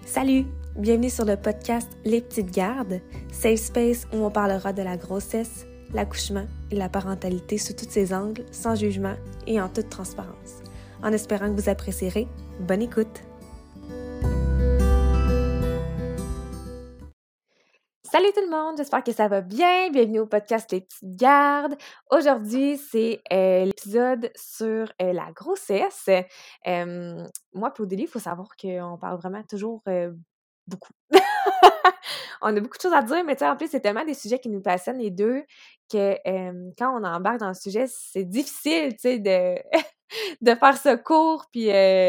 Salut! Bienvenue sur le podcast Les Petites Gardes, safe space où on parlera de la grossesse, l'accouchement et la parentalité sous tous ses angles, sans jugement et en toute transparence. En espérant que vous apprécierez, bonne écoute! Salut tout le monde, j'espère que ça va bien. Bienvenue au podcast Les Petites Gardes. Aujourd'hui, c'est l'épisode sur la grossesse. Moi, pour Odélie, il faut savoir qu'on parle vraiment toujours beaucoup. On a beaucoup de choses à dire, mais tu sais, en plus, c'est tellement des sujets qui nous passionnent les deux que quand on embarque dans le sujet, c'est difficile, tu sais, de faire ce court, puis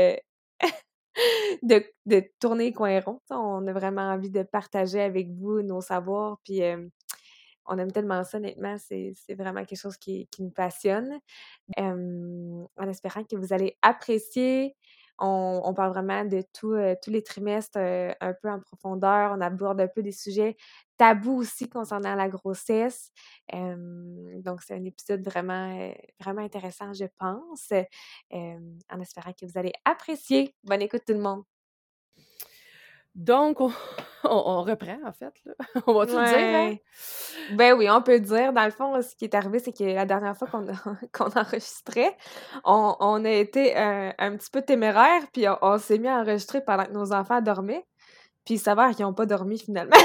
de tourner coin rond. On a vraiment envie de partager avec vous nos savoirs, puis on aime tellement ça, honnêtement, c'est vraiment quelque chose qui nous passionne. En espérant que vous allez apprécier. On parle vraiment de tous les trimestres un peu en profondeur. On aborde un peu des sujets tabous aussi concernant la grossesse. Donc, c'est un épisode vraiment intéressant, je pense, en espérant que vous allez apprécier. Bonne écoute tout le monde! Donc, on reprend, en fait, là. On va tout dire, hein? Ben oui, on peut dire. Dans le fond, ce qui est arrivé, c'est que la dernière fois qu'on enregistrait, on a été un petit peu téméraire, puis on s'est mis à enregistrer pendant que nos enfants dormaient. Puis il s'avère qu'ils n'ont pas dormi, finalement.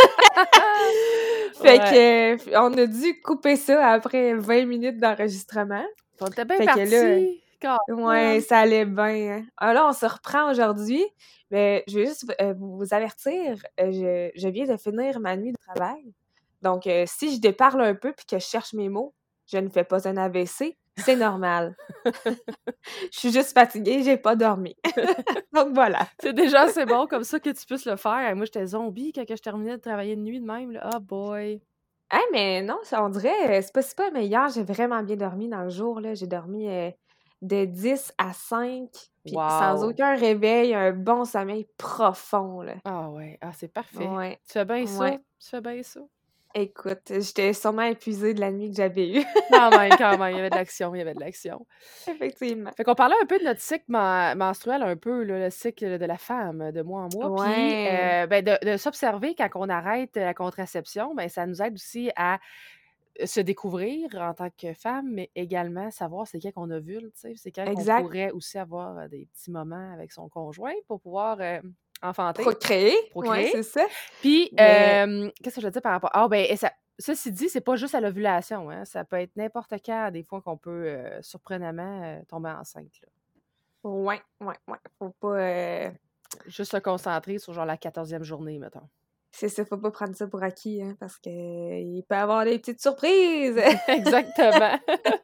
Fait que on a dû couper ça après 20 minutes d'enregistrement. On était bien Fait que là, partis. ça allait bien. Hein. Alors là, on se reprend aujourd'hui. Mais je vais juste vous avertir, je viens de finir ma nuit de travail. Donc, si je déparle un peu puis que je cherche mes mots, je ne fais pas un AVC, c'est normal. Je suis juste fatiguée, j'ai pas dormi. Donc, voilà. C'est déjà assez bon comme ça que tu puisses le faire. Moi, j'étais zombie quand je terminais de travailler de nuit de même. Là. Oh boy! Hey, mais non, ça, on dirait, c'est pas si pas, mais hier, j'ai vraiment bien dormi dans le jour. Là. J'ai dormi de 10 à 5, puis sans Wow! aucun réveil, un bon sommeil profond. Là. Ah ouais, c'est parfait. Ouais. Tu fais bien ça? Ouais. Tu fais bien ça? Écoute, j'étais sûrement épuisée de la nuit que j'avais eue. Quand même, il y avait de l'action. Effectivement. Fait qu'on parlait un peu de notre cycle menstruel, un peu, là, le cycle de la femme, de mois en mois. Puis, Ouais. de s'observer quand on arrête la contraception, ça nous aide aussi à se découvrir en tant que femme, mais également savoir c'est quand qu'on ovule, tu sais. C'est quand qu'on Exact. pourrait aussi avoir des petits moments avec son conjoint pour pouvoir enfanter. Procréer. Ouais, Procréer. c'est ça. Puis, Mais qu'est-ce que je veux dire par rapport... ceci dit, c'est pas juste à l'ovulation, hein. Ça peut être n'importe quand, des fois, qu'on peut surprenamment tomber enceinte, là. ouais. Faut pas. Juste se concentrer sur genre la 14e journée, mettons. C'est ça, faut pas prendre ça pour acquis, hein, parce que il peut y avoir des petites surprises. Exactement.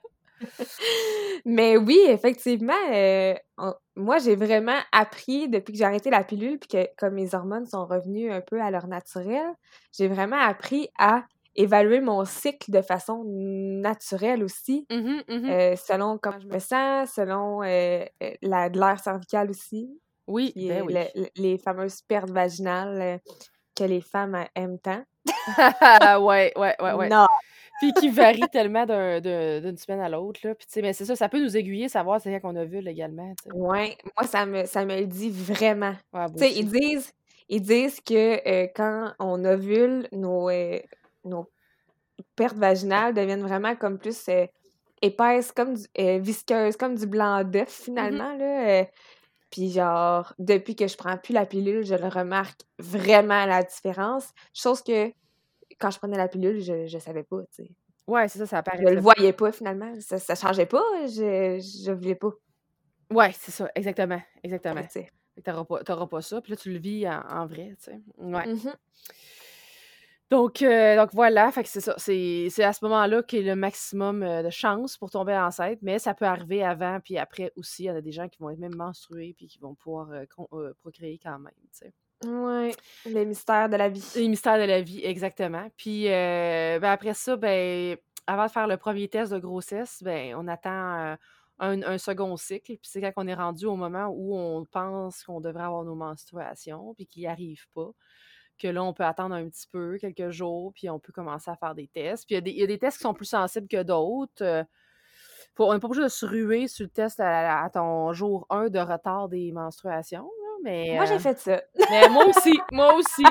Mais oui, effectivement, moi, j'ai vraiment appris depuis que j'ai arrêté la pilule puis que comme mes hormones sont revenues un peu à leur naturel, j'ai vraiment appris à évaluer mon cycle de façon naturelle aussi, selon comment je me sens, selon l'air cervical aussi, Oui, puis ben oui. les fameuses pertes vaginales que les femmes aiment tant. Ouais. Non! Puis qui varie tellement d'une semaine à l'autre, là. Puis tu sais, mais c'est ça, ça peut nous aiguiller, savoir c'est quand qu'on ovule également, tu sais. Ouais, moi, ça me le dit vraiment. Ouais, moi Tu sais, aussi. ils disent que quand on ovule, nos pertes vaginales deviennent vraiment comme plus épaisses, comme visqueuses, comme du blanc d'œuf, finalement, là. Puis genre, depuis que je prends plus la pilule, je le remarque vraiment la différence. Chose que quand je prenais la pilule, je savais pas, tu sais. Ouais, c'est ça Je apparaissait le pas. voyais pas, finalement. Ça changeait pas, je voulais pas. Ouais, c'est ça, exactement. Tu sais. Fait que t'auras pas ça, puis là, tu le vis en vrai, tu sais. Ouais. Mhm. Donc voilà, fait que c'est ça. C'est à ce moment-là qu'il y a le maximum de chances pour tomber enceinte, mais ça peut arriver avant puis après aussi. Il y en a des gens qui vont être même menstrués puis qui vont pouvoir procréer quand même, tu sais. Ouais, les mystères de la vie. Les mystères de la vie, exactement. Puis après ça, avant de faire le premier test de grossesse, on attend un second cycle. Puis c'est quand on est rendu au moment où on pense qu'on devrait avoir nos menstruations puis qu'il n'y arrive pas, que là, on peut attendre un petit peu, quelques jours, puis on peut commencer à faire des tests. Puis il y a des tests qui sont plus sensibles que d'autres. On n'est pas obligé de se ruer sur le test à ton jour 1 de retard des menstruations, là, Moi, j'ai fait ça. Mais moi aussi, moi aussi.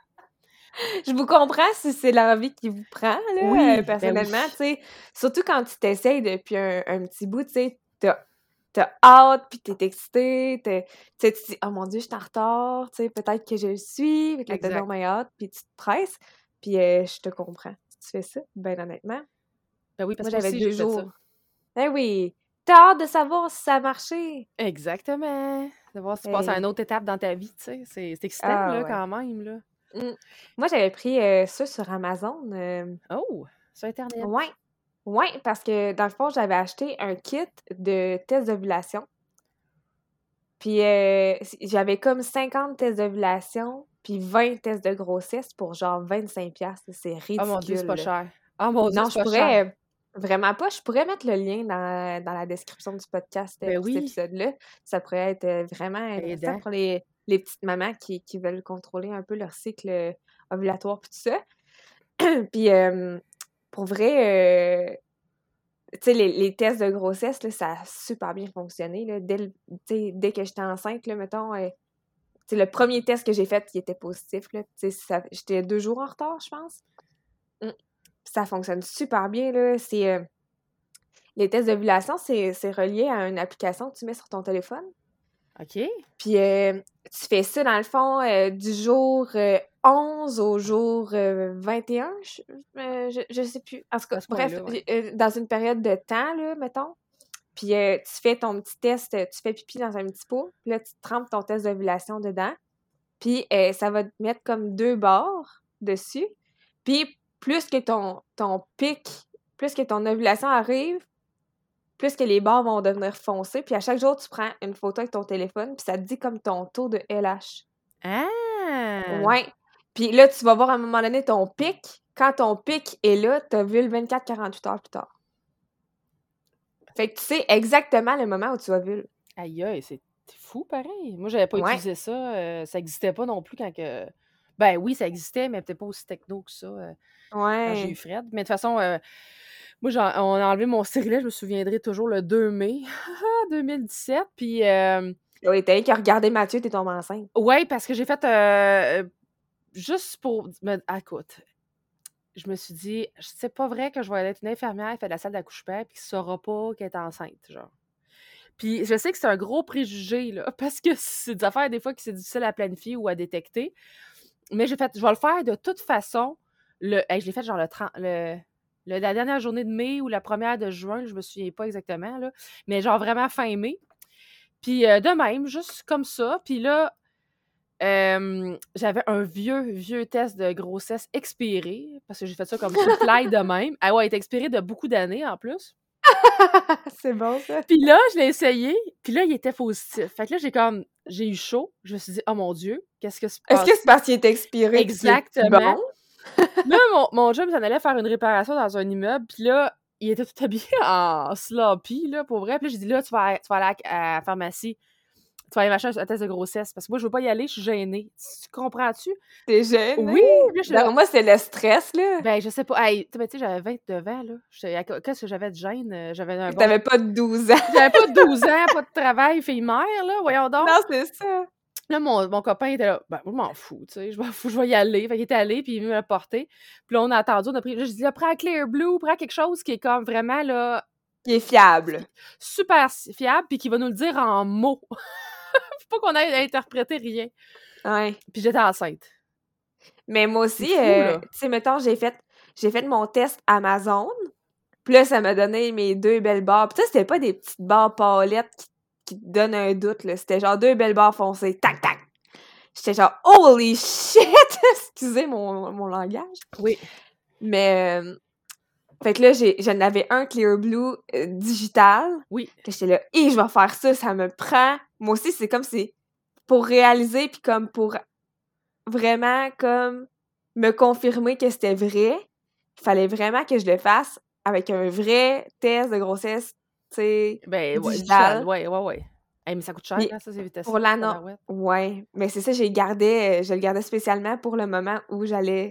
Je vous comprends si c'est l'envie qui vous prend, là, Oui, ben oui. personnellement, tu sais. Surtout quand tu t'essayes depuis un petit bout, tu sais, t'as hâte, puis t'es excité, tu sais, tu te dis: «Oh mon Dieu, je suis en retard, tu sais, peut-être que je le suis», fait que là, t'as donc Exact. bien hâte, puis tu te presses, puis je te comprends. Si tu fais ça, ben honnêtement. Ben oui, parce Moi, que moi j'avais aussi, 2 j'ai fait ça. jours. Eh oui! T'as hâte de savoir si ça a marché! Exactement. De voir si tu passes à une Hey! autre étape dans ta vie, tu sais. C'est excitant, Ah là, ouais. quand même, là. Mmh. Moi, j'avais pris, ça sur Amazon, Oh! Sur internet. ouais. Ouais, parce que dans le fond, j'avais acheté un kit de tests d'ovulation. Puis j'avais comme 50 tests d'ovulation, puis 20 tests de grossesse pour genre 25$. C'est Oh mon Dieu, c'est pas ridicule, là. cher. Oh mon Dieu, Non, c'est je pas cher. pourrais vraiment pas. Je pourrais mettre le lien dans la description du podcast Ben pour cet oui, épisode-là. Ça pourrait être vraiment intéressant aidant. pour les petites mamans qui veulent contrôler un peu leur cycle ovulatoire puis tout ça. Puis pour vrai, tu sais, les tests de grossesse, là, ça a super bien fonctionné, là. Tu sais, dès que j'étais enceinte, là, mettons, tu sais, le premier test que j'ai fait, il était positif, là. Tu sais, j'étais 2 jours en retard, je pense. Mmh. Ça fonctionne super bien, là. Les tests d'ovulation, c'est relié à une application que tu mets sur ton téléphone. OK. Puis tu fais ça, dans le fond, du jour 11 au jour 21, je sais plus. En tout cas, À ce bref, point-là, ouais. dans une période de temps, là, mettons. Puis tu fais ton petit test, tu fais pipi dans un petit pot, puis là, tu trempes ton test d'ovulation dedans. Puis ça va te mettre comme 2 barres dessus. Puis plus que ton pic, plus que ton ovulation arrive, plus que les barres vont devenir foncées. Puis à chaque jour, tu prends une photo avec ton téléphone, puis ça te dit comme ton taux de LH. Ah! Ouais. Puis là, tu vas voir à un moment donné ton pic. Quand ton pic est là, t'ovules 24-48 heures plus tard. Fait que tu sais exactement le moment où tu ovules. Aïe aïe, c'est fou pareil. Moi, j'avais pas Ouais. utilisé ça, ça existait pas non plus quand que ben oui, ça existait, mais peut-être pas aussi techno que ça, quand j'ai eu Ouais. Fred. Mais de toute façon, moi, on a enlevé mon stérilet, je me souviendrai toujours le 2 mai 2017. Puis, Oui, t'as qu'à regarder Mathieu, t'es tombée enceinte. ouais, parce que j'ai fait juste pour. Écoute, je me suis dit, c'est pas vrai que je vais être une infirmière qui fait de la salle d'accouchement puis qui saura pas qu'elle est enceinte, genre. Puis je sais que c'est un gros préjugé, là, parce que c'est des affaires des fois que c'est difficile à planifier ou à détecter. Mais j'ai fait, je vais le faire de toute façon. Je l'ai fait genre la dernière journée de mai ou la première de juin, je me souviens pas exactement, là, mais genre vraiment fin mai. Puis de même, juste comme ça. Puis là, j'avais un vieux test de grossesse expiré, parce que j'ai fait ça comme sur le fly de même. Ah ouais, il est expiré de beaucoup d'années en plus. C'est bon, ça. Puis là, je l'ai essayé, puis là, il était positif. Fait que là, j'ai eu chaud. Je me suis dit, oh mon Dieu, qu'est-ce que se Est-ce que passe? c'est parce qu'il est expiré puis qu'il est plus Exactement. bon? Là, mon chum s'en allait faire une réparation dans un immeuble, puis là, il était tout habillé en sloppy, là, pour vrai. Puis là, j'ai dit, là, tu vas aller à la pharmacie, tu vas aller m'acheter un test de grossesse, parce que moi, je veux pas y aller, je suis gênée. Tu comprends-tu? T'es gênée? Oui! Puis là, j'étais là, D'après moi, c'est le stress, là. ben, je sais pas. Hey, tu sais, j'avais 29 ans, là. Qu'est-ce que j'avais de gêne? J'avais un bon. T'avais pas de 12 ans. J'avais pas 12 ans, pas de travail, fille-mère, là, voyons donc. Non, c'est ça. Là, mon copain était là, ben, moi, je m'en fous, tu sais, je m'en fous, je vais y aller. Fait qu'il était allé, puis il m'a porté. Puis là, on a attendu, on a pris. Là, je dis, là, prends Clear Blue, prends quelque chose qui est comme vraiment, là, Il est fiable. super fiable, puis qui va nous le dire en mots. Faut pas qu'on aille interpréter rien. Ouais. Puis j'étais enceinte. Mais moi C'est aussi, fou, là. tu sais, mettons, j'ai fait mon test Amazon. Puis là, ça m'a donné mes 2 belles barres. Puis ça, c'était pas des petites barres palettes qui te donnent un doute, là. C'était genre 2 belles barres foncées. Tac, tac! J'étais genre, holy shit! Excusez mon langage. Oui. Mais, fait que là, j'en avais un Clear Blue digital. Oui. Puis j'étais là, je vais faire ça, ça me prend. Moi aussi, c'est comme si, pour réaliser, puis comme pour vraiment, comme, me confirmer que c'était vrai, il fallait vraiment que je le fasse avec un vrai test de grossesse, tu sais, Ben, ouais, digital. ouais. Hey, mais ça coûte cher, Puis hein, ça, ces pour tests-là, tabarouette. ouais, mais c'est ça, je le gardais spécialement pour le moment où j'allais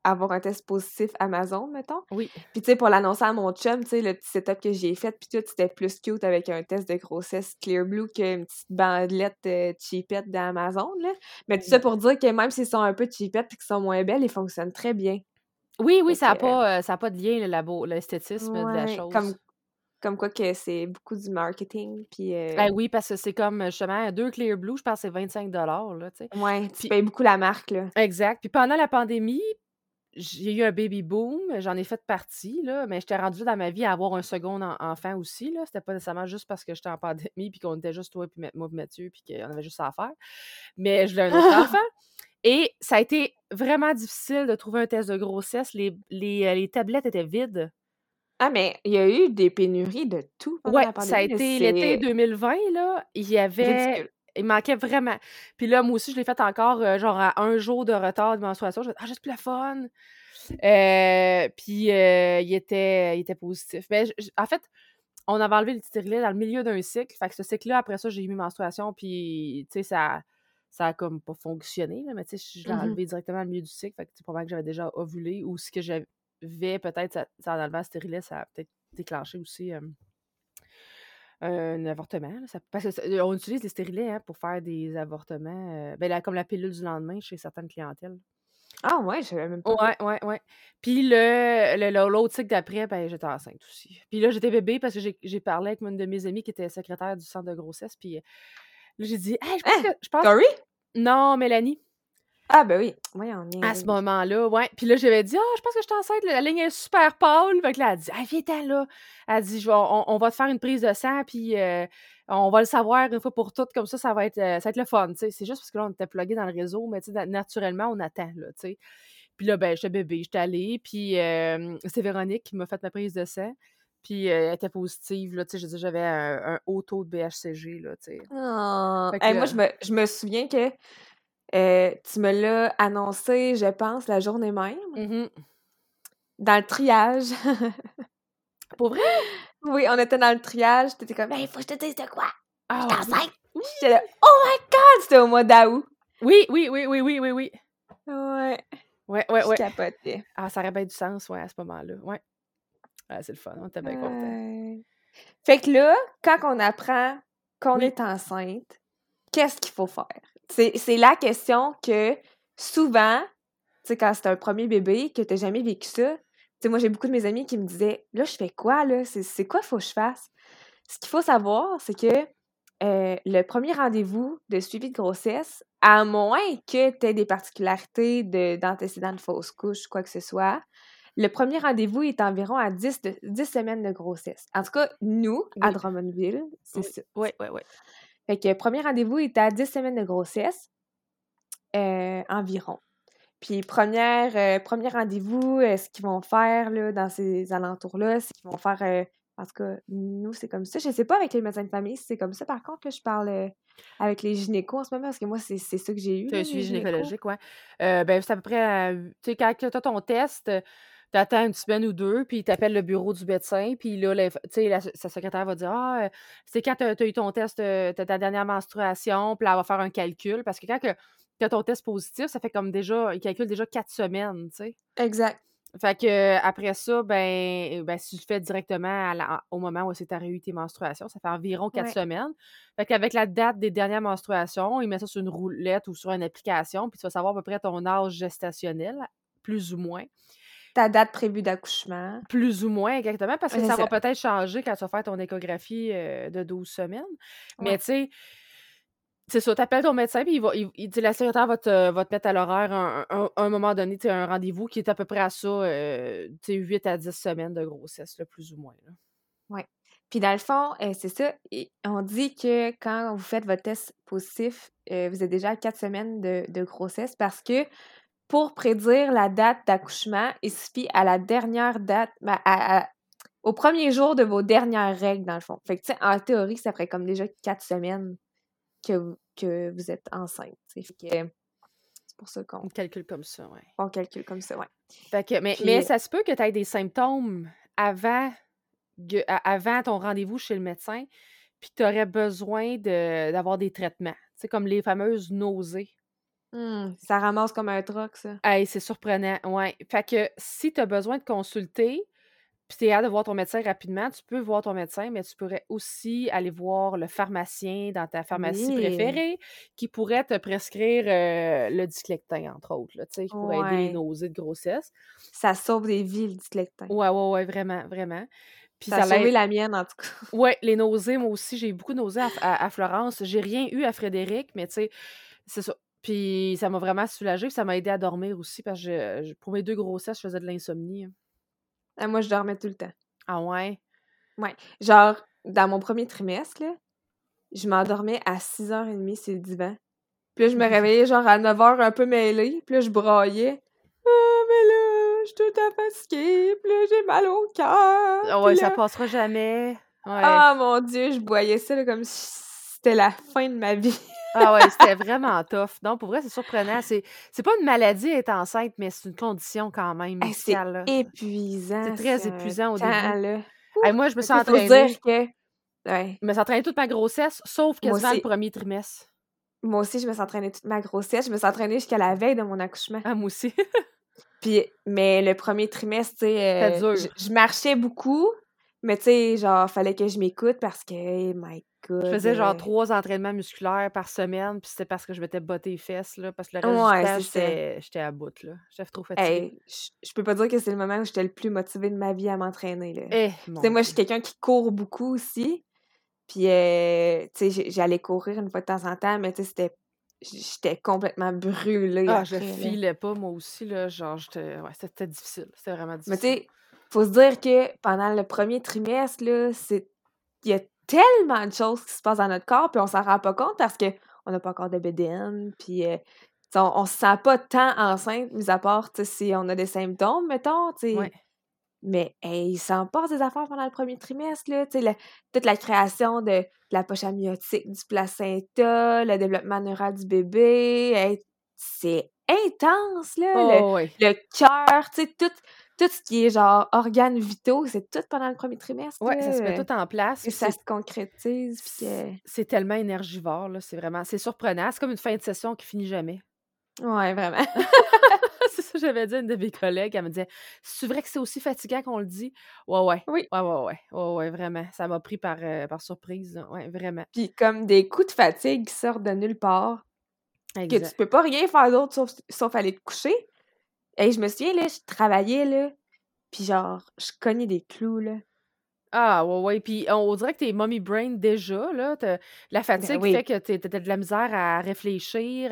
avoir un test positif Amazon, mettons. Oui. Puis, tu sais, pour l'annoncer à mon chum, tu sais, le petit setup que j'ai fait, puis tout, c'était plus cute avec un test de grossesse Clear Blue qu'une petite bandelette cheapette d'Amazon, là. Mais tout ça pour dire que même s'ils sont un peu cheapettes et qu'ils sont moins belles, ils fonctionnent très bien. Oui, oui, Fait que, ça a pas de lien, l'esthétisme de la ouais, chose. comme quoi que c'est beaucoup du marketing, puis Oui, parce que c'est comme, justement 2 Clear Blue, je pense que c'est 25 là, tu sais. ouais, tu Puis payes beaucoup la marque, là. exact. Puis pendant la pandémie, j'ai eu un baby boom, j'en ai fait partie, là, mais j'étais rendue dans ma vie à avoir un second enfant aussi, là. C'était pas nécessairement juste parce que j'étais en pandémie puis qu'on était juste toi puis moi puis Mathieu puis qu'on avait juste ça à faire. Mais je voulais un autre enfant et ça a été vraiment difficile de trouver un test de grossesse. Les tablettes étaient vides. Ah, mais il y a eu des pénuries de tout pendant Ouais, la ça a pandémie, là, été l'été c'est 2020, là, ridicule. il manquait vraiment. Puis là, moi aussi, je l'ai fait encore, genre à un jour de retard de menstruation. Je fais: «Ah, juste plus le fun!» Puis, il était positif. Mais en fait, on avait enlevé le stérilet dans le milieu d'un cycle. Fait que ce cycle-là, après ça, j'ai eu mes menstruations, puis, tu sais, ça a comme pas fonctionné, là, mais tu sais, je l'ai Mmh. enlevé directement dans le milieu du cycle. Fait que c'est probablement que j'avais déjà ovulé ou ce que j'avais peut-être, ça en enlevant le stérilet, ça a peut-être déclenché aussi, un avortement, là. Parce que on utilise les stérilets, hein, pour faire des avortements, comme la pilule du lendemain chez certaines clientèles. Ah ouais, je savais même pas. Ouais, ouais, ouais. Puis l'autre cycle d'après, ben, j'étais enceinte aussi. Puis là, j'étais bébé parce que j'ai parlé avec une de mes amies qui était secrétaire du centre de grossesse, puis, là, j'ai dit: «Hey, Hein? je pense» Sorry? non, Mélanie. Ah ben oui, voyons, À ce niaiseuse. moment-là, ouais. Puis là, j'avais dit: «Ah, je pense que je suis enceinte, la ligne est super pâle». Fait que là, elle dit: «Ah, viens-t'en là». Elle dit: On va te faire une prise de sang, puis on va le savoir une fois pour toutes, comme ça va être le fun», tu sais. C'est juste parce que là, on était plugués dans le réseau, mais tu sais, naturellement, on attend, là, tu sais. Puis là, ben, j'étais bébé, j'étais allée, puis c'est Véronique qui m'a fait ma prise de sang, puis elle était positive, là, tu sais, je veux dire, j'avais un haut taux de BHCG, là, tu sais. Ah! Fait que Hey, moi, là je me souviien que, tu me l'as annoncé, je pense, la journée même, mmh dans le triage. Pour vrai? Oui, on était dans le triage, tu étais comme: «Hey, faut que je te dise de quoi, je Ah suis oui! enceinte!» Oui! J'étais là: «Oh my God!» C'était au mois d'août. Oui, oui, oui, oui, oui, oui, oui. Ouais, Ouais, ouais, je ouais. capotais. Ah, ça aurait bien du sens, ouais, à ce moment-là. Ouais. Ah, c'est le fun, on était bien contents. Fait que là, quand on apprend qu'on Oui. est enceinte, qu'est-ce qu'il faut faire? C'est la question que souvent, tu sais, quand c'est un premier bébé, que tu jamais vécu ça, tu sais, moi, j'ai beaucoup de mes amis qui me disaient: «Là, je fais quoi, là? C'est quoi faut que je fasse?» Ce qu'il faut savoir, c'est que, le premier rendez-vous de suivi de grossesse, à moins que tu aies des particularités d'antécédents de fausse couche, quoi que ce soit, le premier rendez-vous est environ à 10 semaines de grossesse. En tout cas, nous, à Oui, Drummondville, c'est oui, ça. ouais, ouais, ouais. Fait que premier rendez-vous est à 10 semaines de grossesse, environ. Puis premier rendez-vous, ce qu'ils vont faire là, dans ces alentours-là, c'est qu'ils vont faire, en tout cas, nous, c'est comme ça. Je sais pas avec les médecins de famille si c'est comme ça. Par contre, là, je parle, avec les gynécos en ce moment parce que moi, c'est ça que j'ai eu Tu as là, un les suivi gynécos. gynécologique, ouais. Ben, c'est à peu près, tu sais, quand tu as ton test, tu attends une semaine ou 2, puis tu appelles le bureau du médecin, puis là, tu sais, sa secrétaire va dire: «Ah, c'est quand tu as eu ton test, tu ta dernière menstruation», puis là, elle va faire un calcul parce que quand tu as ton test positif, ça fait comme déjà il calcule déjà 4 semaines, tu sais. Exact. Fait que après ça, si tu le fais directement au moment où tu as eu tes menstruations, ça fait environ 4 Ouais. semaines. Fait qu'avec la date des dernières menstruations, il met ça sur une roulette ou sur une application, puis tu vas savoir à peu près ton âge gestationnel, plus ou moins. Ta date prévue d'accouchement. Plus ou moins, exactement, parce que C'est ça va ça. peut-être changer quand tu vas faire ton échographie, de 12 semaines. Mais Ouais. tu sais, c'est ça, tu appelles ton médecin puis il dit la secrétaire va te mettre à l'horaire un moment donné, tu sais, un rendez-vous qui est à peu près à ça, tu sais, 8 à 10 semaines de grossesse, là, plus ou moins, là. Ouais. Puis dans le fond, c'est ça, et on dit que quand vous faites votre test positif, vous êtes déjà à 4 semaines de grossesse parce que pour prédire la date d'accouchement, il suffit à la dernière date, au premier jour de vos dernières règles, dans le fond. Fait que, tu sais, en théorie, ça ferait comme déjà 4 semaines que vous êtes enceinte, tu sais. Fait que c'est pour ça qu'on On calcule comme ça, ouais. on calcule comme ça, ouais. Fait que mais Puis ça se peut que tu aies des symptômes avant ton rendez-vous chez le médecin, puis que tu aurais besoin d'avoir des traitements. Tu sais, comme les fameuses nausées. Ça ramasse comme un troc, ça. Hey, c'est surprenant, ouais. Fait que si tu as besoin de consulter, puis tu es hâte de voir ton médecin rapidement, tu peux voir ton médecin, mais tu pourrais aussi aller voir le pharmacien dans ta pharmacie Oui. préférée qui pourrait te prescrire, le Diclectin, entre autres, là, tu sais, qui pourrait aider les Ouais. nausées de grossesse. Ça sauve des vies, le Diclectin. Ouais, ouais, ouais, vraiment, vraiment. Puis Ça a ça sauvé l'aide la mienne, en tout cas. ouais, les nausées, moi aussi, j'ai eu beaucoup de nausées à Florence. J'ai rien eu à Frédéric, mais tu sais, c'est ça. Puis ça m'a vraiment soulagée, puis ça m'a aidé à dormir aussi parce que pour mes 2 grossesses, je faisais de l'insomnie, hein. Ah, moi, je dormais tout le temps. Ah ouais? Ouais. Genre, dans mon premier trimestre, là, je m'endormais à 6h30 sur le divan. Puis là, je me réveillais genre à 9h un peu mêlée. Puis là, je braillais. «Ah, mais là, je suis tout le temps fatiguée. Puis là, j'ai mal au cœur. Ah Puis ouais, ça là, passera jamais. Ouais. ah mon Dieu, je voyais ça là, comme si c'était la fin de ma vie.» Ah ouais, c'était vraiment tough. Non, pour vrai, c'est surprenant. C'est pas une maladie être enceinte, mais c'est une condition quand même Hey, c'est médicale, là. C'est épuisant, très c'est un épuisant au temps, début. là. Hey, Ouh! moi, je me Mais suis tu sais, faut se dire entraînée. que ouais, Je me suis entraînée toute ma grossesse, sauf moi quasiment le aussi. premier trimestre. Moi aussi, je me suis entraînée toute ma grossesse. Je me suis entraînée jusqu'à la veille de mon accouchement. Ah, moi aussi. Puis mais le premier trimestre, tu C'était sais, dur. je marchais beaucoup, mais tu sais, genre, fallait que je m'écoute parce que, hey my Je God, faisais genre 3 entraînements musculaires par semaine, puis c'était parce que je m'étais botté les fesses, là, parce que le reste du ouais, temps, c'est ça. j'étais à bout, là. J'étais trop fatiguée. Hey, je peux pas dire que c'est le moment où j'étais le plus motivée de ma vie à m'entraîner, là. Eh, Tu sais, mon moi, je suis Dieu. quelqu'un qui court beaucoup aussi, puis, tu sais, j'allais courir une fois de temps en temps, mais tu sais, j'étais complètement brûlée Ah, je après, là. filais pas, moi aussi, là, genre, ouais, c'était difficile. C'était vraiment Mais tu difficile. sais, faut se dire que pendant le premier trimestre, là, il y a tellement de choses qui se passent dans notre corps, puis on s'en rend pas compte parce qu'on n'a pas encore de bédaine, puis tu sais, on se sent pas tant enceinte, mis à part, tu sais, si on a des symptômes, mettons, tu Ouais. sais. Mais hey, il s'en passe des affaires pendant le premier trimestre, là, tu sais, toute la création de la poche amniotique du placenta, le développement neural du bébé, hey, c'est intense, là, Oh, ouais. le cœur, tu sais, tout ce qui est genre organes vitaux, c'est tout pendant le premier trimestre, Ouais, ça se met là, tout en place, que puis ça se concrétise, puis que c'est tellement énergivore, là, c'est surprenant. C'est comme une fin de session qui finit jamais. ouais, vraiment. C'est ça que j'avais dit à une de mes collègues, elle me disait: «C'est vrai que c'est aussi fatigant qu'on le dit?» Ouais, ouais. Oui, Ouais, ouais, ouais. Ouais, ouais, vraiment. Ça m'a pris par surprise, là. Ouais, vraiment. puis comme des coups de fatigue qui sortent de nulle part, que tu Exact. peux pas rien faire d'autre sauf aller te coucher. Et je me souviens, là, je travaillais, là, puis genre, je cognais des clous, là. Ah, ouais, ouais, puis on dirait que tu es mommy brain déjà, là. La Ben fatigue fait oui. que tu as de la misère à réfléchir,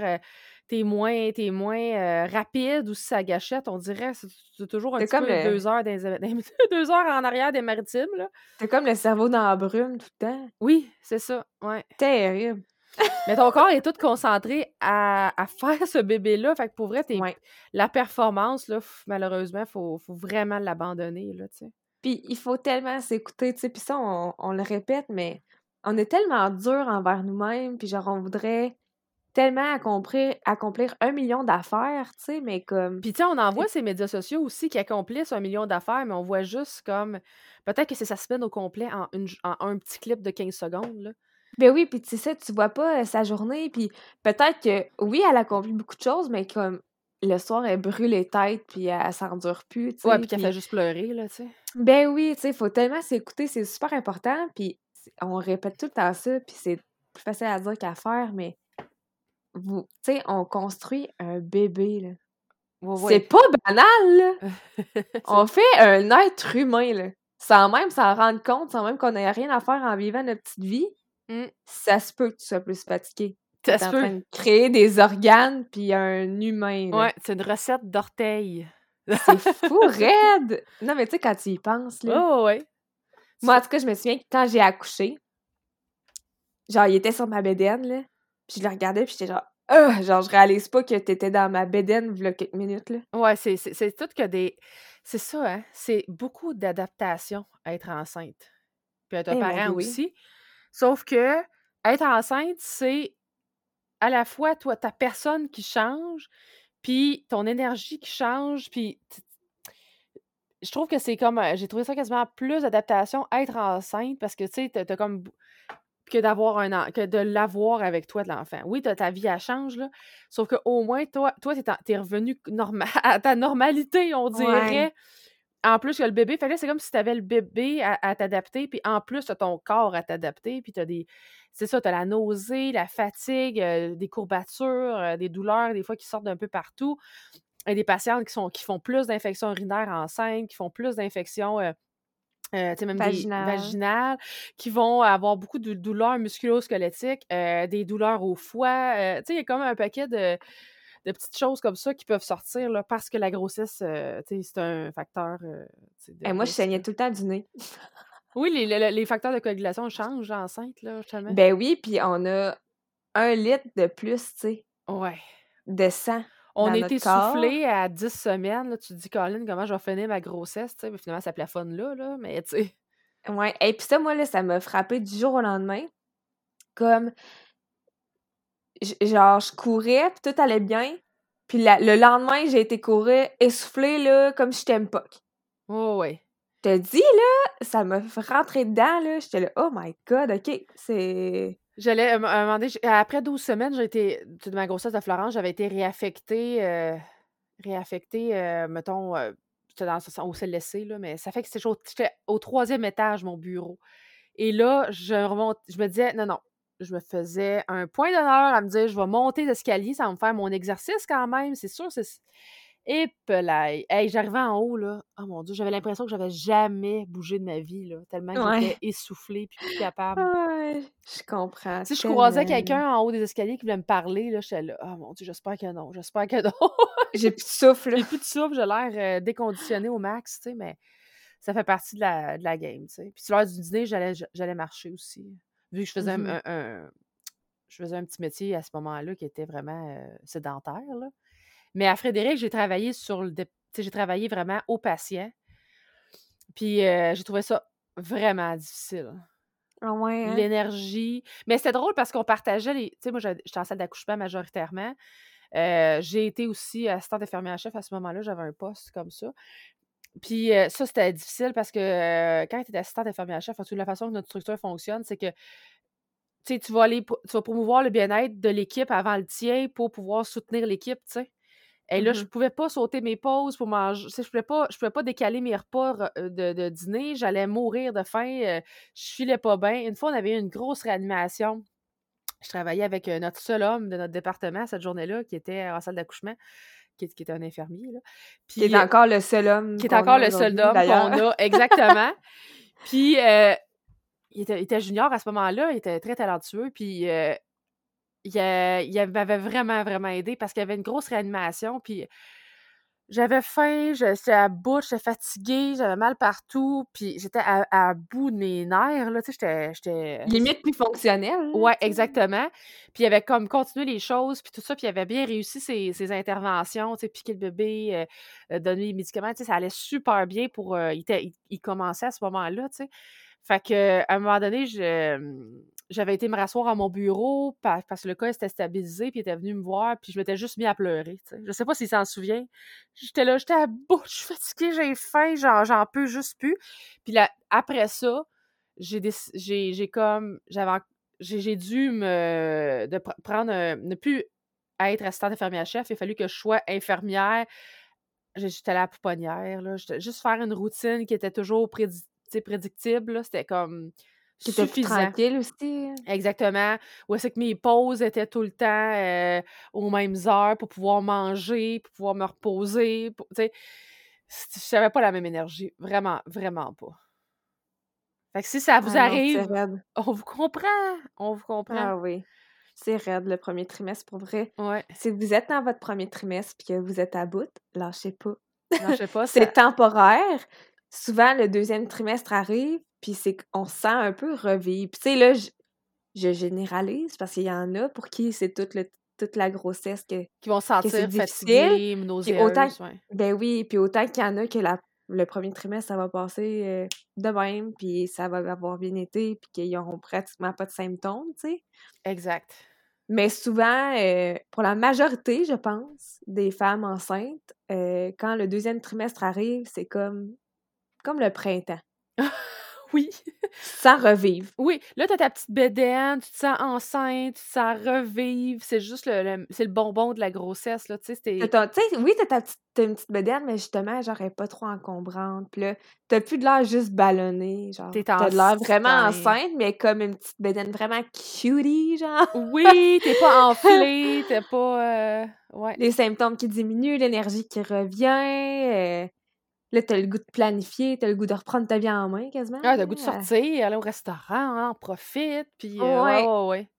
tu es moins rapide aussi sur la gâchette. On dirait, c'est toujours un T'as petit comme peu le 2 heures dans les 2 heures en arrière des maritimes, là. t'as comme le cerveau dans la brume tout le temps. Oui, c'est ça, ouais. Terrible. Mais ton corps est tout concentré à faire ce bébé-là, fait que pour vrai, Ouais. la performance, là, malheureusement, faut vraiment l'abandonner, là, tu sais. Puis il faut tellement s'écouter, tu sais, puis ça, on le répète, mais on est tellement dur envers nous-mêmes, puis genre, on voudrait tellement accomplir 1 million d'affaires, tu sais, mais comme Puis tu sais, on en voit c'est ces médias sociaux aussi qui accomplissent 1 million d'affaires, mais on voit juste comme peut-être que c'est sa semaine au complet en un petit clip de 15 secondes, là. ben oui, puis tu sais, tu vois pas, sa journée, puis peut-être que, oui, elle accomplit beaucoup de choses, mais comme le soir, elle brûle les têtes, puis elle s'endure plus, tu Ouais, sais, puis qu'elle fait puis juste pleurer, là, tu sais. ben oui, tu sais, faut tellement s'écouter, c'est super important, puis on répète tout le temps ça, puis c'est plus facile à dire qu'à faire, mais tu sais, on construit un bébé, là. Ouais, C'est ouais. pas banal, là! C'est On fait un être humain, là, sans même s'en rendre compte, sans même qu'on ait rien à faire en vivant notre petite vie. mmh, Ça se peut que tu sois plus fatigué, que ça tu se en peut. train de créer des organes puis un humain, là. Ouais, c'est une recette d'orteils. C'est fou raide! Non, mais tu sais, quand tu y penses, Ouais, là, ouais, ouais. Tu moi, en fais tout cas, je me souviens que quand j'ai accouché, genre, il était sur ma bédaine, là, puis je le regardais, puis j'étais genre: «Ah!» Genre, je réalise pas que t'étais dans ma bédaine v'là quelques minutes, là. ouais, c'est tout que des c'est ça, hein, c'est beaucoup d'adaptation à être enceinte, puis être un Eh mon parent Dieu, oui. aussi. Sauf que être enceinte, c'est à la fois, toi, ta personne qui change, puis ton énergie qui change, puis je trouve que c'est comme, j'ai trouvé ça quasiment plus d'adaptation être enceinte parce que, tu sais, tu as comme que de l'avoir avec toi, de l'enfant. Oui, ta vie, elle change, là, sauf qu'au moins, toi, t'es revenu à ta normalité, on Ouais. dirait. En plus, il y a le bébé. Fait que là, c'est comme si tu avais le bébé à t'adapter, puis en plus, tu as ton corps à t'adapter, puis tu as des. C'est ça, tu as la nausée, la fatigue, des courbatures, des douleurs, des fois qui sortent d'un peu partout. Et des patientes qui font plus d'infections urinaires enceintes, qui font plus d'infections. Tu sais, même des Vaginal. vaginales, qui vont avoir beaucoup de douleurs musculo-squelettiques, des douleurs au foie. Tu sais, il y a comme un paquet de petites choses comme ça qui peuvent sortir là, parce que la grossesse, tu sais, c'est un facteur tu sais, de Moi, je risque. saignais tout le temps du nez. Oui, les facteurs de coagulation changent enceinte, là, justement. Ben oui, puis on a 1 litre de plus, tu sais, Ouais. de sang On dans a notre été corps. soufflés à 10 semaines. Là, tu te dis, Colin, comment je vais finir ma grossesse? Tu sais, mais finalement, ça plafonne là, mais tu sais. Ouais. Et puis ça, moi, là, ça m'a frappé du jour au lendemain. Comme, genre, je courais, puis tout allait bien. Puis le lendemain, j'ai été courir essoufflée, là, comme si j'étais une poque. Oh, ouais. Je te dis, là, ça m'a rentré dedans, là. J'étais là, oh my God, OK, c'est... J'allais, un moment donné, après 12 semaines, de ma grossesse de Florence, j'avais été réaffectée, mettons, j'étais au CLSC, là, mais ça fait que j'étais au 3e étage, mon bureau. Et là, je me disais, non, non, je me faisais un point d'honneur à me dire, je vais monter l'escalier, ça va me faire mon exercice quand même, c'est sûr. Et pelaye. Hey, j'arrivais en haut, là. Oh mon Dieu, j'avais l'impression que j'avais jamais bougé de ma vie, là, tellement que j'étais Ouais. essoufflée puis plus capable. Ouais, je comprends Si je croisais tellement. quelqu'un en haut des escaliers qui voulait me parler, là, j'étais là, oh mon Dieu, j'espère que non, j'espère que non. J'ai plus de souffle, là. J'ai plus de souffle, j'ai l'air déconditionnée au max, tu sais, mais ça fait partie de la game, tu sais. Puis sur l'heure du dîner, j'allais marcher aussi. Vu que Mhm. je faisais un petit métier à ce moment-là qui était vraiment sédentaire, là. Mais à Frédéric, j'ai travaillé tu sais, j'ai travaillé vraiment aux patients. Puis j'ai trouvé ça vraiment difficile. Ah ouais, hein? L'énergie. Mais c'était drôle parce qu'on partageait les. Tu sais, moi, j'étais en salle d'accouchement majoritairement. J'ai été aussi assistante infirmière-chef à ce moment-là, j'avais un poste comme ça. Puis ça, c'était difficile parce que quand tu es assistante infirmière-chef, la façon que notre structure fonctionne, c'est que tu sais, tu vas promouvoir le bien-être de l'équipe avant le tien pour pouvoir soutenir l'équipe, tu sais. Et là, je Mhm. pouvais pas sauter mes pauses pour manger. Tu sais, je pouvais pas décaler mes repas de dîner. J'allais mourir de faim. Je filais pas bien. Une fois, on avait eu une grosse réanimation. Je travaillais avec notre seul homme de notre département cette journée-là, qui était en salle d'accouchement, qui était un infirmier, là. Qui est Puis, encore le seul homme qui est qu'on encore a le seul aujourd'hui, homme qu'on d'ailleurs. a, exactement. Puis, il était junior à ce moment-là, il était très talentueux. Puis, il m'avait vraiment, vraiment aidé parce qu'il y avait une grosse réanimation. Puis, j'avais faim, j'étais à bout, j'étais fatiguée, j'avais mal partout. Puis, j'étais à bout de mes nerfs, là. Tu sais, j'étais. Limite plus fonctionnel, là, Ouais, tu sais. exactement. Puis il avait comme continué les choses, puis tout ça, puis il avait bien réussi ses interventions, tu sais, piquer le bébé, donner les médicaments, tu sais, ça allait super bien pour, il commençait à ce moment-là, tu sais. Fait que à un moment donné, j'avais été me rasseoir à mon bureau parce que le cas s'était stabilisé, puis il était venu me voir, puis je m'étais juste mis à pleurer, tu sais. Je sais pas s'il s'en souvient. J'étais là, j'étais à bout, je suis fatiguée, j'ai faim, j'en peux juste plus. Puis là, après ça, j'ai comme j'ai dû prendre ne plus être assistante infirmière-chef, il a fallu que je sois infirmière. J'étais allée à la pouponnière, là, juste faire une routine qui était toujours tu sais, prédictible, là, c'était comme Qui était plus suffisant. tranquille aussi. Exactement. Où est-ce que mes pauses étaient tout le temps, aux mêmes heures pour pouvoir manger, pour pouvoir me reposer, tu sais? J'avais pas la même énergie, vraiment, vraiment pas. Fait que si ça vous Ah non, c'est arrive, raide. on vous comprend, on vous comprend. Ah oui, c'est raide le premier trimestre, pour vrai. Ouais. Si vous êtes dans votre premier trimestre puis que vous êtes à bout, lâchez pas. Non, je sais pas, C'est ça temporaire. Souvent, le deuxième trimestre arrive, puis c'est qu'on se sent un peu revivre. Puis tu sais, là, je généralise parce qu'il y en a pour qui c'est toute la grossesse qui vont se que c'est sentir difficile. fatiguées, Puis autant nauséeuses, ouais. ben oui, puis autant qu'il y en a que le premier trimestre, ça va passer de même, puis ça va avoir bien été, puis qu'ils n'auront pratiquement pas de symptômes, tu sais. Exact. Mais souvent, pour la majorité, je pense, des femmes enceintes, quand le deuxième trimestre arrive, c'est comme le printemps. Oui. sans revivre. Oui, là, tu as ta petite bédaine, tu te sens enceinte, tu te sens revivre, c'est juste c'est le bonbon de la grossesse, là, tu sais, Tu c'était tu sais, oui, tu une petite bedaine, mais justement, genre, elle est pas trop encombrante. Puis là, tu plus de l'air juste ballonné, genre, tu tu de l'air vraiment enceinte. enceinte, mais comme une petite bedaine vraiment cutie, genre. Oui, tu pas enflée, tu pas, ouais. Les symptômes qui diminuent, l'énergie qui revient, là, tu le goût de planifier, tu le goût de reprendre ta vie en main quasiment, Ah, tu le goût de là. sortir, aller au restaurant, hein, on profite, puis ouais, Ouais, ouais, ouais,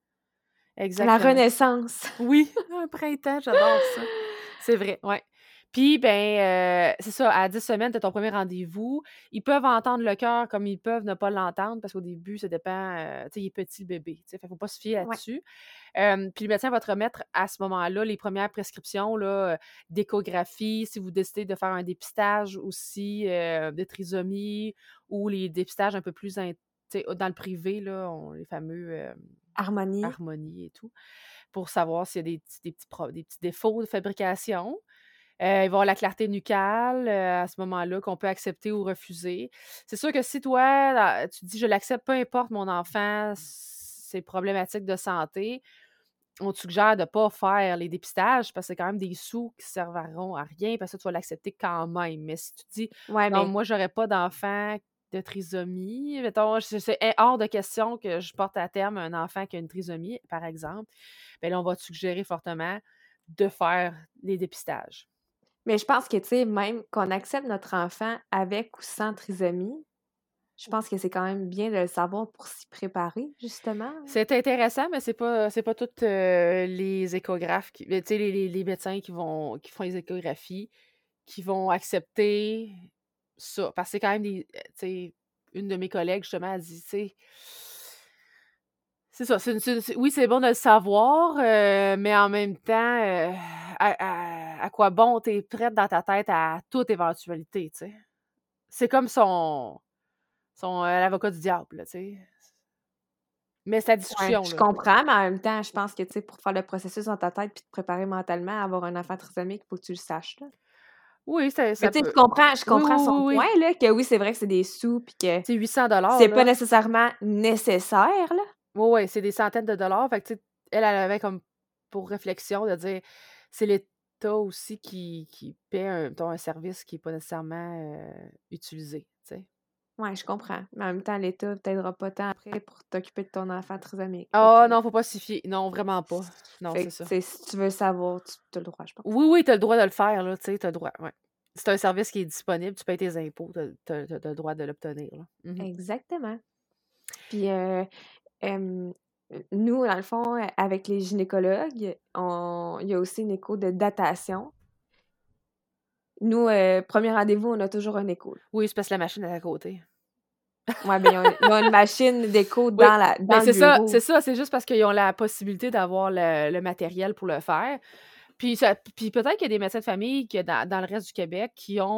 la exactement. renaissance. Oui, un printemps, j'adore ça. C'est vrai, ouais. Puis ben, c'est ça, à 10 semaines, tu as ton premier rendez-vous. Ils peuvent entendre le cœur comme ils peuvent ne pas l'entendre parce qu'au début, ça dépend, tu sais, il est petit le bébé, tu sais, fait faut pas se fier Ouais, là-dessus. Puis le médecin va te remettre à ce moment-là les premières prescriptions là, d'échographie, si vous décidez de faire un dépistage aussi, de trisomie ou les dépistages un peu plus tu sais, dans le privé là, les fameux, harmonie. Harmonie et tout, pour savoir s'il y a des petits défauts de fabrication. Il va y avoir la clarté nucale, à ce moment-là, qu'on peut accepter ou refuser. C'est sûr que si toi, tu te dis: «Je l'accepte, peu importe mon enfant, ses problématiques de santé», on te suggère de ne pas faire les dépistages parce que c'est quand même des sous qui serviront à rien parce que tu vas l'accepter quand même. Mais si tu te dis: Ouais, «Non, mais moi, j'aurais pas d'enfant de trisomie», mettons, c'est hors de question que je porte à terme un enfant qui a une trisomie, par exemple, bien là, on va te suggérer fortement de faire les dépistages. je pense que, tu sais, même qu'on accepte notre enfant avec ou sans trisomie, je pense que c'est quand même bien de le savoir pour s'y préparer, justement. C'est intéressant, mais c'est pas toutes, les échographes qui tu sais, les médecins qui font les échographies, qui vont accepter ça. Parce que c'est quand même tu sais, une de mes collègues, justement, elle dit, tu sais, c'est ça, oui, c'est bon de le savoir, mais en même temps, à quoi bon? Tu es prête dans ta tête à toute éventualité, tu sais? C'est comme l'avocat du diable, là, tu sais? Mais c'est la Ouais, discussion, je là. comprends, mais en même temps, je pense que, tu sais, pour faire le processus dans ta tête puis te préparer mentalement à avoir un enfant trisomique, il faut que tu le saches, là. Oui, Mais ça tu sais, peut. je Oui, comprends son oui, oui, point, oui. là, que oui, c'est vrai que c'est des sous puis que C'est 800 $ c'est pas là. nécessairement nécessaire, là. Oui, oui, c'est des centaines de dollars. Fait que, tu sais, elle avait comme pour réflexion de dire, c'est l'État aussi qui paie mettons, un service qui est pas nécessairement, utilisé, tu sais. Ouais, je comprends. Mais en même temps, l'État t'aidera pas tant après pour t'occuper de ton enfant trisomique. Ah non, faut pas s'y fier. Non, vraiment pas. Non, c'est Fait que, tu ça. sais, si tu veux savoir, tu as le droit, je pense. Oui, oui, tu as le droit de le faire, là, tu sais, tu as le droit, ouais. C'est un service qui est disponible, tu payes tes impôts, tu as le droit de l'obtenir, là. Mmh. Exactement. Puis, hem, nous, dans le fond, avec les gynécologues, il y a aussi une écho de datation. Nous, 1er rendez-vous, on a toujours un écho, là. Oui, c'est parce que la machine est à côté. Ouais, ben, ils ont une machine d'écho Oui, dans ben, le bureau. c'est juste parce qu'ils ont la possibilité d'avoir le matériel pour le faire. Puis peut-être qu'il y a des médecins de famille que dans le reste du Québec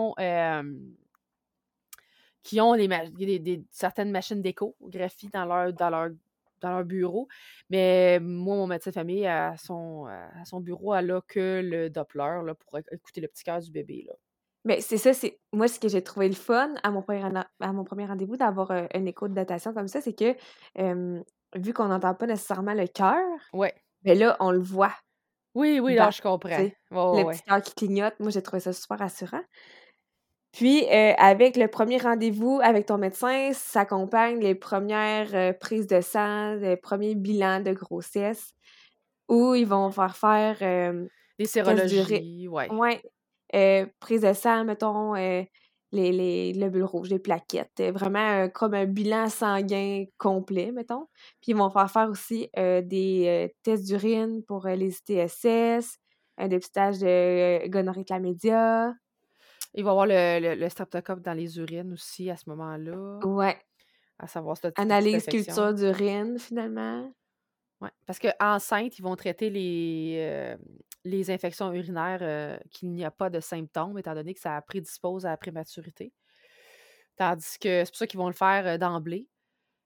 qui ont certaines machines d'échographie dans leur bureau. Mais moi, mon médecin de famille, à son bureau, elle a que le Doppler là, pour écouter le petit cœur du bébé, là. Mais c'est ça, c'est moi, ce que j'ai trouvé le fun à mon premier rendez-vous d'avoir, un écho de datation comme ça, c'est que, vu qu'on n'entend pas nécessairement le cœur, Ouais. ben là, on le voit Oui, oui, là, battre, je tu comprends. sais? Ouais, ouais, Le ouais. petit cœur qui clignote. Moi, j'ai trouvé ça super rassurant. Puis, avec le premier rendez-vous avec ton médecin, s'accompagnent les premières prises de sang, les premiers bilans de grossesse où ils vont faire, Des test d'urine. sérologies, ouais. Ouais, prise de sang, mettons, les globules rouges, les plaquettes, vraiment, comme un bilan sanguin complet, mettons. Puis ils vont faire aussi, des, tests d'urine pour, les ITSS, un dépistage de gonorrhée chlamydia. Il va y avoir le streptocoque dans les urines aussi à ce moment-là, Ouais, à savoir si tu des petites analyse infections. culture d'urine, finalement. Ouais, parce qu'enceinte, ils vont traiter les infections urinaires, qu'il n'y a pas de symptômes, étant donné que ça prédispose à la prématurité. Tandis que c'est pour ça qu'ils vont le faire, d'emblée.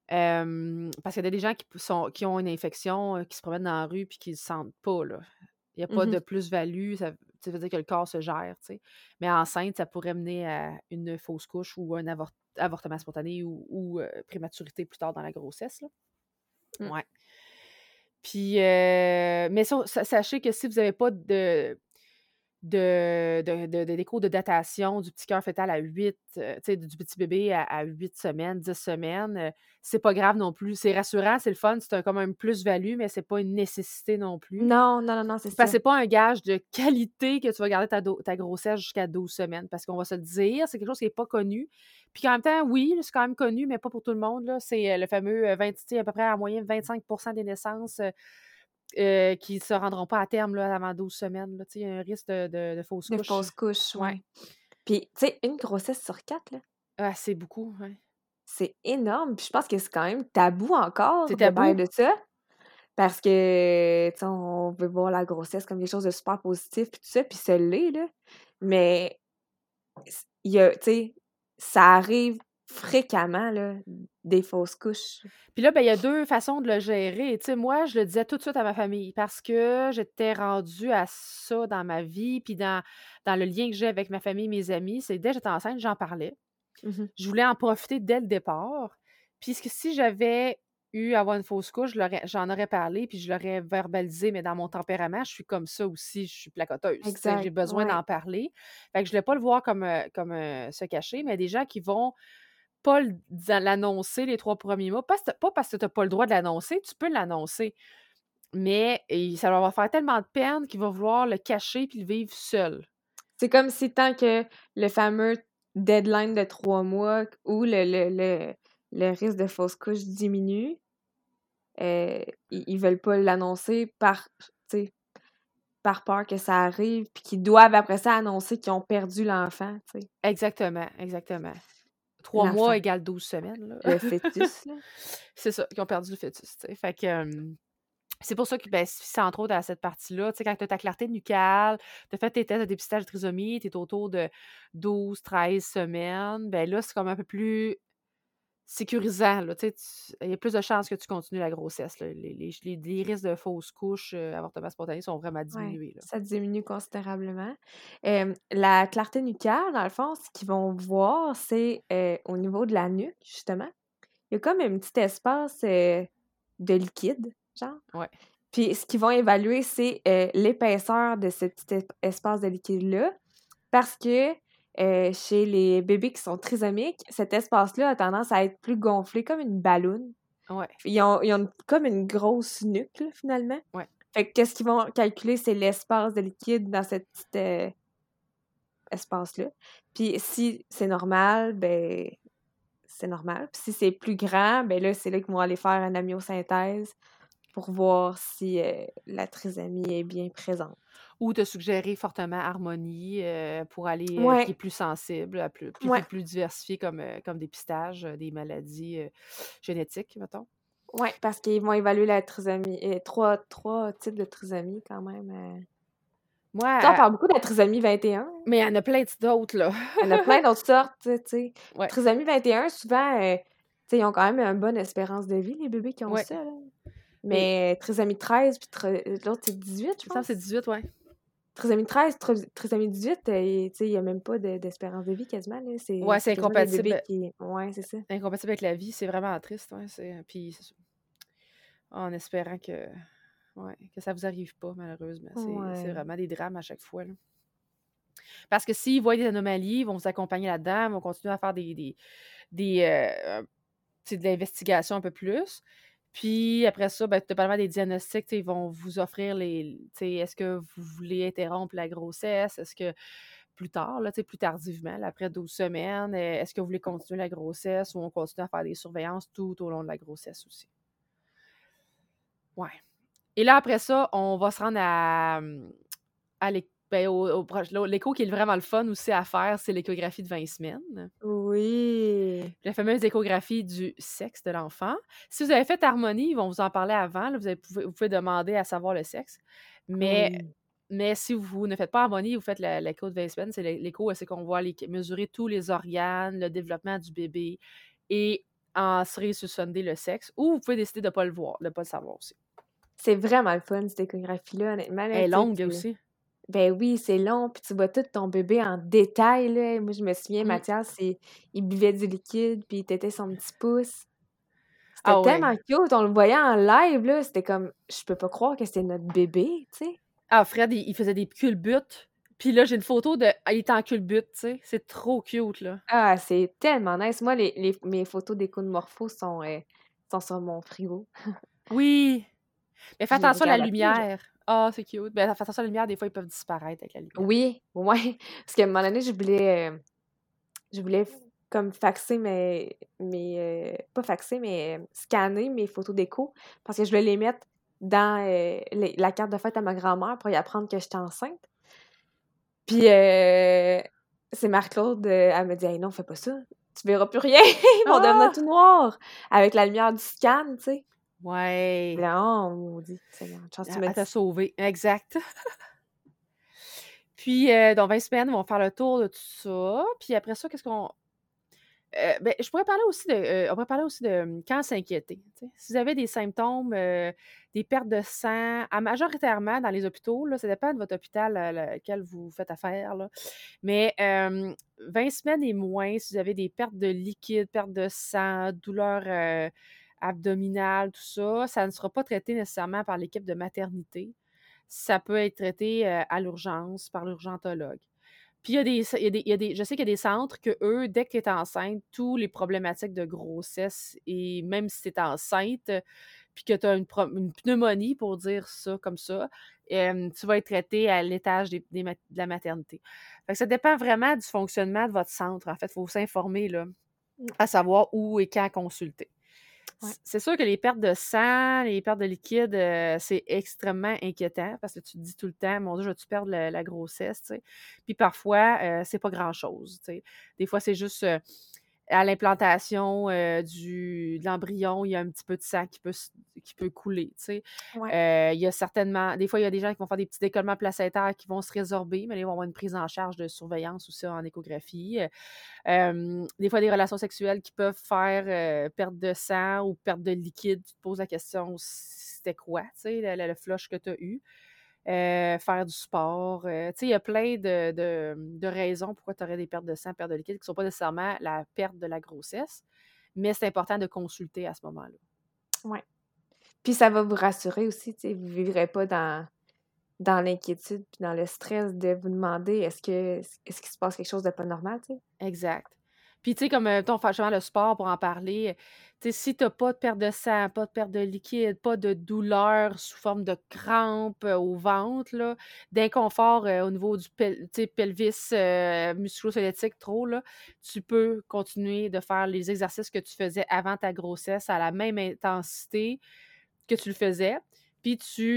Parce qu'il y a des gens qui ont une infection, qui se promènent dans la rue puis qui le sentent pas, là. Il y a pas Mmh. de plus-value, ça veut dire que le corps se gère, tu sais. Mais enceinte, ça pourrait mener à une fausse couche ou un avortement spontané ou prématurité plus tard dans la grossesse, là. Mmh. Ouais. Puis, mais sachez que si vous avez pas d'écho de datation du petit cœur fœtal à 8, tu sais, du petit bébé à 8 semaines, 10 semaines, c'est pas grave non plus. C'est rassurant, c'est le fun, c'est comme un plus-value, mais c'est pas une nécessité non plus. Non, non, non, non, c'est Parce que ça. c'est pas un gage de qualité que tu vas garder ta grossesse jusqu'à 12 semaines, parce qu'on va se le dire, c'est quelque chose qui est pas connu. Puis en même temps, oui, c'est quand même connu, mais pas pour tout le monde, là. C'est, le fameux, 20 tu sais, à peu près en moyenne 25 des naissances, qui se rendront pas à terme, là, avant 12 semaines, là. Tu sais, il y a un risque de fausse De couche. fausse couche, Ouais. ouais. Puis, tu sais, une grossesse sur 4 là, Ah, c'est beaucoup, ouais. c'est énorme. Puis je pense que c'est quand même tabou C'est encore de parler tabou. de ça parce que, tu sais, on veut voir la grossesse comme quelque chose de super positif puis tout ça, puis ça l'est, là. Mais il y a tu sais, ça arrive fréquemment, là, des fausses couches. Puis là, ben, il y a 2 façons de le gérer. Tu sais, moi, je le disais tout de suite à ma famille parce que j'étais rendue à ça dans ma vie, puis dans le lien que j'ai avec ma famille, mes amis, c'est dès que j'étais enceinte, j'en parlais. Mmh. Je voulais en profiter dès le départ. Puisque si j'avais eu à avoir une fausse couche, j'en aurais parlé, puis je l'aurais verbalisé, mais dans mon tempérament, je suis comme ça aussi, je suis placoteuse. Tu sais, j'ai Exact, besoin ouais. d'en parler. Fait que je voulais pas le voir comme, se cacher, mais il y a des gens qui vont pas l'annoncer les 3 premiers mois, pas parce que tu as pas le droit de l'annoncer, tu peux l'annoncer, mais ça leur va faire tellement de peine qu'ils vont vouloir le cacher puis le vivre seul. C'est comme si tant que le fameux deadline de 3 mois ou le risque de fausse couche diminue, ils veulent pas l'annoncer tu sais, par peur que ça arrive, puis qu'ils doivent après ça annoncer qu'ils ont perdu l'enfant, tu sais. Exactement, exactement. 3 mois L'enfant, égale 12 semaines, là. le fœtus, là. C'est ça, qu'ils ont perdu le fœtus, tu sais. Fait que, c'est pour ça que, ben, c'est entre autres à cette partie-là, tu sais, quand tu as ta clarté nucale, tu as fait tes tests de dépistage de trisomie, tu es autour de 12, 13 semaines, ben là, c'est comme un peu plus sécurisant, là, tu sais, il y a plus de chances que tu continues la grossesse, là. Les risques de fausse couche, avortement spontané sont vraiment Ouais, diminués, là. ça diminue considérablement. La clarté nucale, dans le fond, ce qu'ils vont voir, c'est, au niveau de la nuque, justement. Il y a comme un petit espace, de liquide, genre. Ouais, Puis ce qu'ils vont évaluer, c'est, l'épaisseur de ce petit espace de liquide-là parce que, chez les bébés qui sont trisomiques, cet espace-là a tendance à être plus gonflé comme une balloune. ouais, Ils ont comme une grosse nuque, là, finalement. ouais. Fait que qu'est-ce qu'ils vont calculer, c'est l'espace de liquide dans cet petit, espace-là. Puis si c'est normal, ben, c'est normal. Puis si c'est plus grand, ben là, c'est là qu'ils vont aller faire une amyosynthèse pour voir si, la trisomie est bien présente. Ou te suggérer fortement harmonie, pour aller, qui est Ouais, plus sensible à ouais, plus diversifié comme dépistage, des maladies, génétiques, mettons. ouais, parce qu'ils vont évaluer la trisomie, 3 types de trisomie quand même, Moi, tu sais, on parle beaucoup de la trisomie 21. mais il y en a plein d'autres, là. Il y en a plein d'autres sortes, tu sais. Ouais, Trisomie 21, souvent, tu sais, ils ont quand même une bonne espérance de vie, les bébés qui ont ouais. ça, là. Mais Mais trisomie 13 puis l'autre, c'est 18, je il me semble que c'est pense? 18, ouais. Trisomie 13, trisomie 18, tu sais, il y a même pas d'espérance de vie quasiment, là. Ouais, C'est c'est quasiment des bébés incompatible qui ouais, c'est ça. incompatible avec la vie, c'est vraiment triste, ouais, puis c'est ça. En espérant que ouais, que ça vous arrive pas malheureusement. C'est Ouais. vraiment des drames à chaque fois, là. Parce que s'ils voient des anomalies, ils vont vous accompagner là-dedans, ils vont continuer à faire des, tu sais, de l'investigation un peu plus. Puis après ça, ben, dépendamment des diagnostics, tu sais, ils vont vous offrir tu sais, est-ce que vous voulez interrompre la grossesse? Est-ce que plus tard, là, tu sais, plus tardivement, là, après 12 semaines, est-ce que vous voulez continuer la grossesse ou on continue à faire des surveillances tout au long de la grossesse aussi? Ouais. Et là, après ça, on va se rendre à ben, l'écho qui est vraiment le fun aussi à faire, c'est l'échographie de 20 semaines. Oui. La fameuse échographie du sexe de l'enfant. Si vous avez fait harmonie, ils vont vous en parler avant, là, vous pouvez demander à savoir le sexe. Mais, Oui. mais si vous ne faites pas harmonie, vous faites l'écho de 20 semaines, c'est l'écho, c'est qu'on voit mesurer tous les organes, le développement du bébé et en cerise sur le sexe. Ou vous pouvez décider de ne pas le voir, de ne pas le savoir aussi. C'est vraiment le fun, cette échographie-là, honnêtement, là, Elle est tu sais, longue aussi. ben oui, c'est long, puis tu vois tout ton bébé en détail, là. Moi, je me souviens, Mmh. Mathias, il buvait du liquide, puis il tétait son petit pouce. C'était Ah tellement ouais. cute, on le voyait en live, là, c'était comme je peux pas croire que c'était notre bébé, tu sais? Ah, Fred, il faisait des culbutes, puis là, j'ai une photo de il était en culbute, tu sais? C'est trop cute, là. Ah, c'est tellement nice. Moi, mes photos d'écho de morpho sont sur mon frigo. Oui, mais fais Je les attention à la regarde à tous les jours. lumière. Ah, c'est cute. Ben, fais attention à la lumière, des fois, ils peuvent disparaître avec la lumière. Oui, ouais, parce qu'à un moment donné, je voulais f comme faxer pas faxer, mais scanner mes photos d'écho parce que je voulais les mettre dans, la carte de fête à ma grand-mère pour y apprendre que j'étais enceinte. Puis, c'est Marc-Claude, elle me dit: «Hey non, fais pas ça, tu verras plus rien, ils vont devenir Ah! tout noirs avec la lumière du scan», tu sais? Ouais, Là, oh maudit Seigneur, une chance que tu m'as elle dit t'a ça. sauvée, exact. Puis, dans 20 semaines, ils vont faire le tour de tout ça, puis après ça, qu'est-ce qu'on ben, je pourrais parler aussi de, on pourrait parler aussi de, quand s'inquiéter, tu sais. Si vous avez des symptômes, des pertes de sang, majoritairement dans les hôpitaux, là, ça dépend de votre hôpital, lequel vous faites affaire, là, mais 20 semaines et moins, si vous avez des pertes de liquide, pertes de sang, douleurs, abdominales, tout ça, ça ne sera pas traité nécessairement par l'équipe de maternité. Ça peut être traité, à l'urgence par l'urgentologue. Puis il y a des je sais qu'il y a des centres que eux, dès que tu es enceinte, tous les problématiques de grossesse et même si tu es enceinte, puis que tu as une pneumonie, pour dire ça comme ça, tu vas être traitée à l'étage de la maternité. Fait que ça dépend vraiment du fonctionnement de votre centre, en fait. Il faut s'informer, là, Mmh, à savoir où et quand consulter. ouais. C'est sûr que les pertes de sang, les pertes de liquide, c'est extrêmement inquiétant parce que tu te dis tout le temps: «Mon Dieu, je vais-tu perdre la grossesse?» tu sais? Puis parfois, c'est pas grand-chose, tu sais. Des fois, c'est juste, à l'implantation, de l'embryon, il y a un petit peu de sang qui peut couler, tu sais. Ouais. Il y a certainement des fois, il y a des gens qui vont faire des petits décollements placentaires qui vont se résorber, mais là, ils vont avoir une prise en charge de surveillance aussi en échographie. Des fois, des relations sexuelles qui peuvent faire, perte de sang ou perte de liquide. Tu te poses la question, c'était quoi, tu sais, le flush que tu as eu? Faire du sport, tu sais, il y a plein de raisons pourquoi tu aurais des pertes de sang, pertes de liquide qui ne sont pas nécessairement la perte de la grossesse, mais c'est important de consulter à ce moment-là. Ouais. Puis ça va vous rassurer aussi, tu sais, vous vivrez pas dans l'inquiétude puis dans le stress de vous demander est-ce qu'il se passe quelque chose de pas normal, tu sais? Exact. Puis, tu sais, comme, mettons, faire justement le sport pour en parler, tu sais, si tu as pas de perte de sang, pas de perte de liquide, pas de douleur sous forme de crampes, au ventre, là, d'inconfort, au niveau du tu sais, pelvis, musculo-squelettique trop, là, tu peux continuer de faire les exercices que tu faisais avant ta grossesse à la même intensité que tu le faisais, puis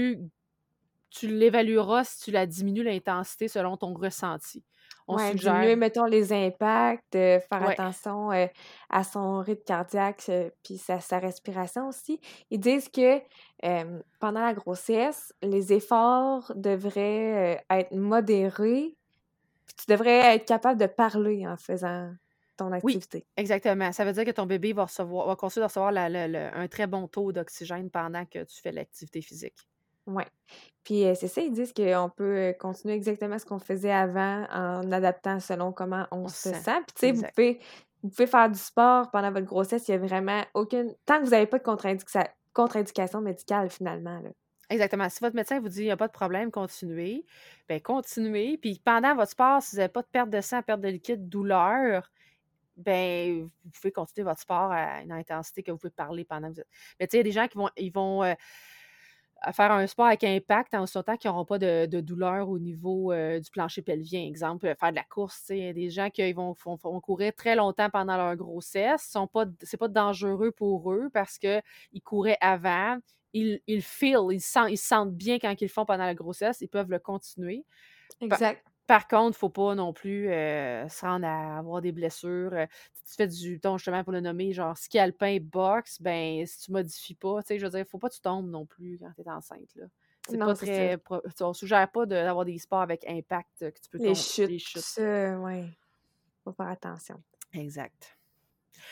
tu l'évalueras si tu la diminues l'intensité selon ton ressenti. On Ouais, suggère diminuer, mettons, les impacts, faire ouais. attention, à son rythme cardiaque, puis sa respiration aussi. Ils disent que, pendant la grossesse, les efforts devraient, être modérés, puis tu devrais être capable de parler en faisant ton Oui, activité. exactement. Ça veut dire que ton bébé va continuer de recevoir un très bon taux d'oxygène pendant que tu fais l'activité physique. Ouais. Puis, c'est ça, ils disent qu'on peut, continuer exactement ce qu'on faisait avant en adaptant selon comment on On se se sent. sent. Puis, tu sais, Exact. vous pouvez faire du sport pendant votre grossesse, il y a vraiment aucune tant que vous avez pas de contre-indication médicale finalement, là. Exactement. Si votre médecin vous dit: «Il y a pas de problème, continuez», bien continuez. Puis pendant votre sport, si vous avez pas de perte de sang, perte de liquide, douleur, ben vous pouvez continuer votre sport à une intensité que vous pouvez parler pendant que vous êtes mais tu sais, il y a des gens qui vont, à faire un sport avec impact en ce temps qu'ils n'auront pas de douleur au niveau, du plancher pelvien. Exemple, faire de la course, tu sais, il y a des gens qui vont courir très longtemps pendant leur grossesse, c'est pas dangereux pour eux parce qu'ils couraient avant, ils feel, ils se sentent bien quand ils le font pendant la grossesse, ils peuvent le continuer. Pa Exact. Par contre, faut pas non plus, se rendre à avoir des blessures, tu fais du ton justement pour le nommer, genre ski alpin, boxe, ben, si tu modifies pas, tu sais, je veux dire, faut pas que tu tombes non plus quand tu es enceinte, là. C'est pas Non, c'est ça. très on suggère pas d'avoir des sports avec impact, que tu peux Les tomber chutes, des tout chutes. ça, ouais, faut faire attention. Exact.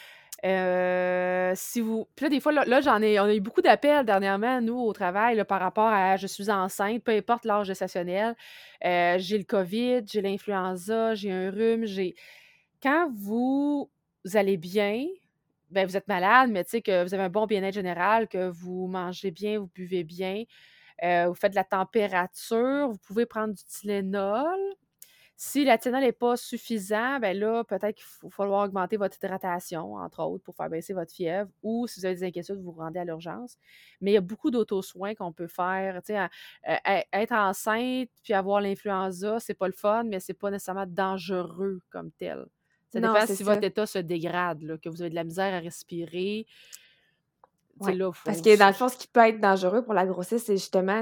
Si vous puis là, des fois, là, on a eu beaucoup d'appels dernièrement, nous, au travail, là, par rapport à: «Je suis enceinte, peu importe l'âge gestationnel, j'ai le COVID, j'ai l'influenza, j'ai un rhume, j'ai» quand vous allez bien, ben, vous êtes malade, mais tu sais que vous avez un bon bien-être général, que vous mangez bien, vous buvez bien, vous faites de la température, vous pouvez prendre du Tylenol. Si la Tylenol n'est pas suffisant, ben là, peut-être qu'il falloir augmenter votre hydratation, entre autres, pour faire baisser votre fièvre, ou si vous avez des inquiétudes, vous vous rendez à l'urgence. Mais il y a beaucoup d'auto-soins qu'on peut faire. Tu sais, être enceinte puis avoir l'influenza, c'est pas le fun, mais c'est pas nécessairement dangereux comme tel. Ça Non, dépend c'est si ça. votre état se dégrade, là, que vous avez de la misère à respirer. Tu sais, Ouais. là, Parce faut que dans le fond, ce qui peut être dangereux pour la grossesse, c'est justement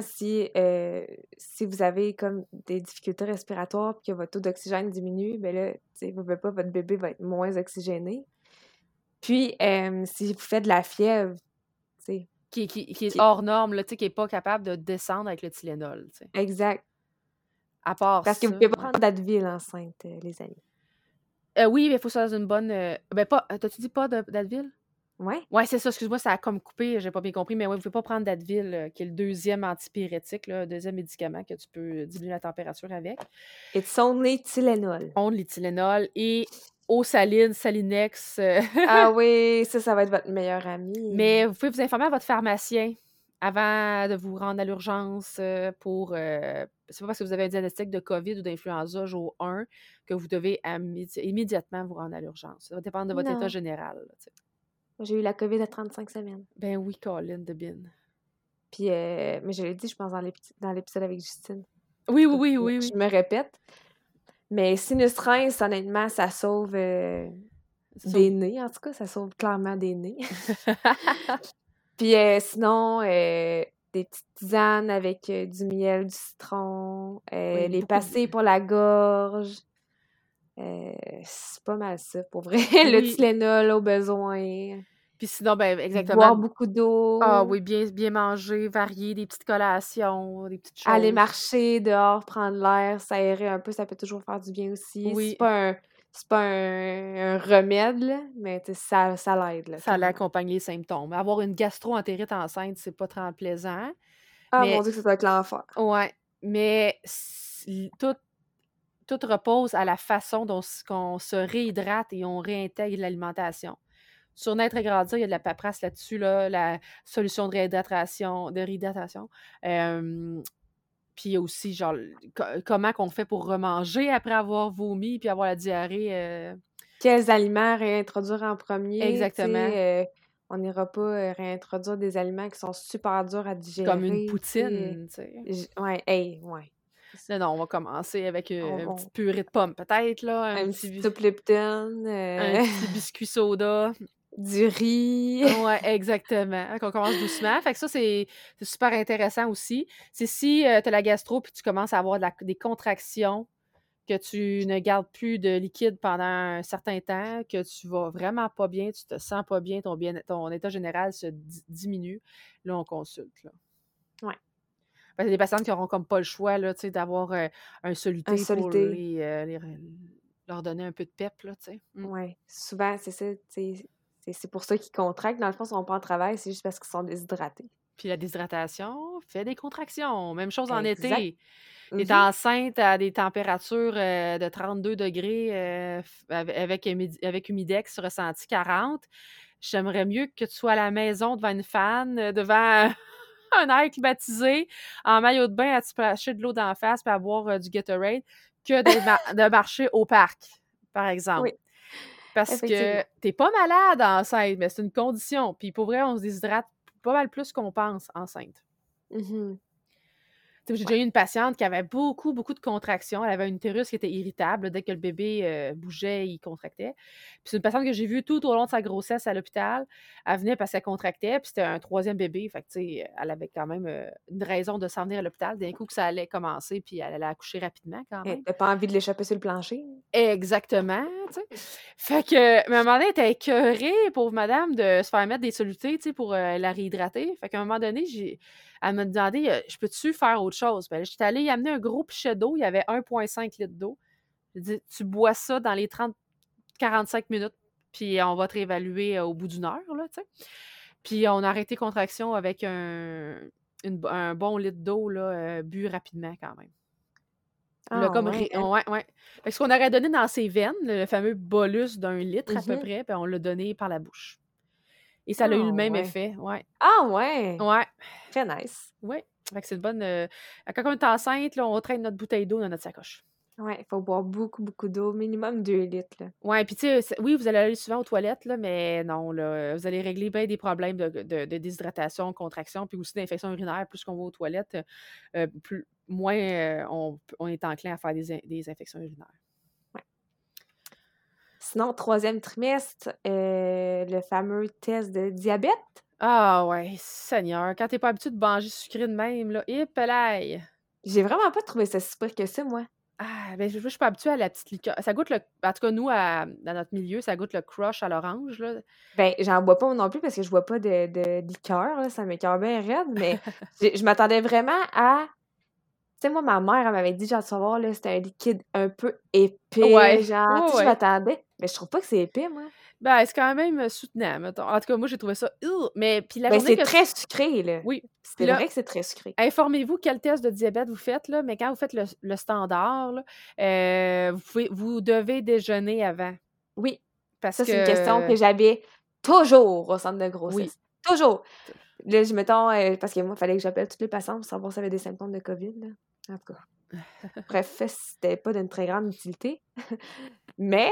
si vous avez comme des difficultés respiratoires puis que votre taux d'oxygène diminue, ben là, tu sais, veux pas, votre bébé va être moins oxygéné. Puis, si vous faites de la fièvre, tu sais, qui est qui hors norme, là, tu sais, qui est pas capable de descendre avec le Tylenol, tu sais. exact. À part Parce que vous ça, pouvez pas ouais. prendre d'Advil enceinte, les amis. Oui, mais il faut que ça dans une bonne, ben pas t'as-tu dit pas d'Advil? Ouais? Ouais, c'est ça, excuse-moi, ça a comme coupé, j'ai pas bien compris, mais ouais, vous pouvez pas prendre d'Advil, qui est le deuxième antipyrétique, là, deuxième médicament que tu peux diminuer la température avec. It's only Tylenol. On les Tylenol et eau saline, Salinex, Ah oui, ça va être votre meilleur ami. mais vous pouvez vous informer à votre pharmacien avant de vous rendre à l'urgence, c'est pas parce que vous avez un diagnostic de COVID ou d'influenza jour 1 que vous devez immédiatement vous rendre à l'urgence. Ça va dépendre de votre état Non, général, là, tu sais. j'ai eu la COVID à 35 semaines. Ben oui, Colin de Bin. Puis, mais je l'ai dit, je pense, dans l'épisode avec Justine. Oui, En tout oui, oui, cas, oui, je oui. me répète. Mais sinus rince, honnêtement, ça sauve C'est ça. des nez, en tout cas, ça sauve clairement des nez. Puis sinon, des petites tisanes avec du miel, du citron, Oui, les beaucoup de passés pour la gorge. C'est pas mal ça, pour vrai. Le oui, Tylenol au besoin. puis sinon, ben, exactement. Boire beaucoup Ah d'eau. oui, bien manger, varier, des petites collations, des petites Aller choses. marcher dehors, prendre l'air, s'aérer un peu, ça peut toujours faire du bien aussi. Oui, C'est pas un remède, là, mais tu sais, ça l'aide, là, ça allait clairement. accompagner les symptômes. Avoir une gastro-entérite enceinte, c'est pas très plaisant, Ah mon mais Dieu, que ça doit être l'enfer. ouais, mais tout repose à la façon dont qu'on se réhydrate et on réintègre l'alimentation. Sur Naître et grandir, il y a de la paperasse là-dessus, là, la solution de réhydratation. Puis il y a aussi, genre, comment qu'on fait pour remanger après avoir vomi puis avoir la diarrhée. Quels aliments réintroduire en premier? Tu Exactement. sais, on n'ira pas réintroduire des aliments qui sont super durs à Comme une digérer, tu sais. poutine, tu sais. Ouais, hey, ouais. Non, non, on va commencer avec une On, petite purée de pommes, peut-être, là, un petit soupe Lipton, un petit biscuit soda. du riz. Ouais, exactement. Qu'on commence doucement. Fait que ça, c'est super intéressant aussi. C'est si tu as la gastro puis tu commences à avoir des contractions, que tu ne gardes plus de liquide pendant un certain temps, que tu vas vraiment pas bien, tu te sens pas bien, ton état général se diminue, là, on consulte, là. Ouais, Parce qu'il y a des patientes qui auront comme pas le choix, là, tu sais, d'avoir, un un soluté pour soluté. leur donner un peu de pep, là, tu sais. Ouais, souvent, c'est ça, tu sais, c'est pour ça qu'ils contractent. Dans le fond, ils sont pas en travail, c'est juste parce qu'ils sont déshydratés. Puis la déshydratation fait des contractions. Même chose en Exact. été. Tu es Mhm. enceinte à des températures, de 32 degrés, avec humidex ressenti 40. J'aimerais mieux que tu sois à la maison devant une fan, devant un air climatisé, en maillot de bain, à te splasher de l'eau d'en face puis à boire, du Gatorade, que de marcher au parc, par exemple. Oui, Parce que effectivement. tu pas malade enceinte, mais c'est une condition. Puis pour vrai, on se déshydrate pas mal plus qu'on pense enceinte. Mhm. Tu sais, j'ai Ouais. déjà eu une patiente qui avait beaucoup, beaucoup de contractions. Elle avait un utérus qui était irritable. Dès que le bébé bougeait, il contractait. Puis c'est une patiente que j'ai vue tout au long de sa grossesse à l'hôpital. Elle venait parce qu'elle contractait, puis c'était un troisième bébé. Fait que, tu sais, elle avait quand même une raison de s'en venir à l'hôpital. D'un coup que ça allait commencer, puis elle allait accoucher rapidement quand même. Tu pas envie de l'échapper sur le plancher? Exactement, tu sais. Fait que, mais à un moment donné, elle était écœurée, pauvre madame, de se faire mettre des solutés, tu sais, pour la réhydrater. Fait qu'à un moment donné, elle m'a demandé, je peux-tu faire autre chose? Ben, j'étais allée y amener un gros pichet d'eau, il y avait 1,5 litre d'eau. J'ai dit, tu bois ça dans les 30-45 minutes, puis on va te réévaluer au bout d'1 heure, là, tu sais. Puis on a arrêté contraction avec un bon litre d'eau, là, bu rapidement quand même. Là, Ah comme ouais, hein? ouais, ouais. Fait que ce qu'on aurait donné dans ses veines, le fameux bolus d'1 litre à peu Mmh. près, ben on l'a donné par la bouche et ça a eu Ah le même ouais. effet, ouais. Ah ouais! Ouais, Très nice. ouais. Fait que c'est une bonne, quand on est enceinte, là, on traîne notre bouteille d'eau dans notre sacoche. Ouais, il faut boire beaucoup, beaucoup d'eau, minimum 2 litres, là. Ouais, puis tu sais, oui, vous allez aller souvent aux toilettes, là, mais non, là, vous allez régler bien des problèmes de déshydratation, contraction, puis aussi d'infection urinaire. Plus qu'on va aux toilettes, plus moins, on est enclin à faire des infections urinaires. Ouais. Sinon, 3e trimestre, le fameux test de diabète. Ah ouais, Seigneur, quand tu es pas habitué de manger sucré de même, là, hippelaï! J'ai vraiment pas trouvé ça si pire que ça, moi. Ah, ben, je suis pas habituée à la petite liqueur. Ça goûte en tout cas, nous, dans notre milieu, ça goûte le crush à l'orange, là. Ben, j'en bois pas moi non plus parce que je bois pas de liqueur, là, ça m'écoeure bien raide, mais je m'attendais vraiment à tu sais, moi, ma mère, elle m'avait dit, genre: «Tu vas voir, là, c'est un liquide un peu épais», Ouais, genre, ouais, tu sais, je ouais. m'attendais, mais je trouve pas que c'est épais, moi. Ben, c'est quand même, soutenable, mettons. En tout cas, moi, j'ai trouvé ça mais puis la Ben, journée c'est que très sucré, là. oui, puis C'est là, vrai que c'est très sucré. informez-vous quel test de diabète vous faites, là, mais quand vous faites le standard, là, vous devez déjeuner avant Oui, parce ça, c'est une question que que j'avais toujours au centre de oui, grossesse. Toujours! Là, mettons, parce que moi, il fallait que j'appelle toutes les patientes pour savoir si elles avaient des symptômes de COVID, là. En tout cas, bref, c'était pas d'une très grande utilité. Mais,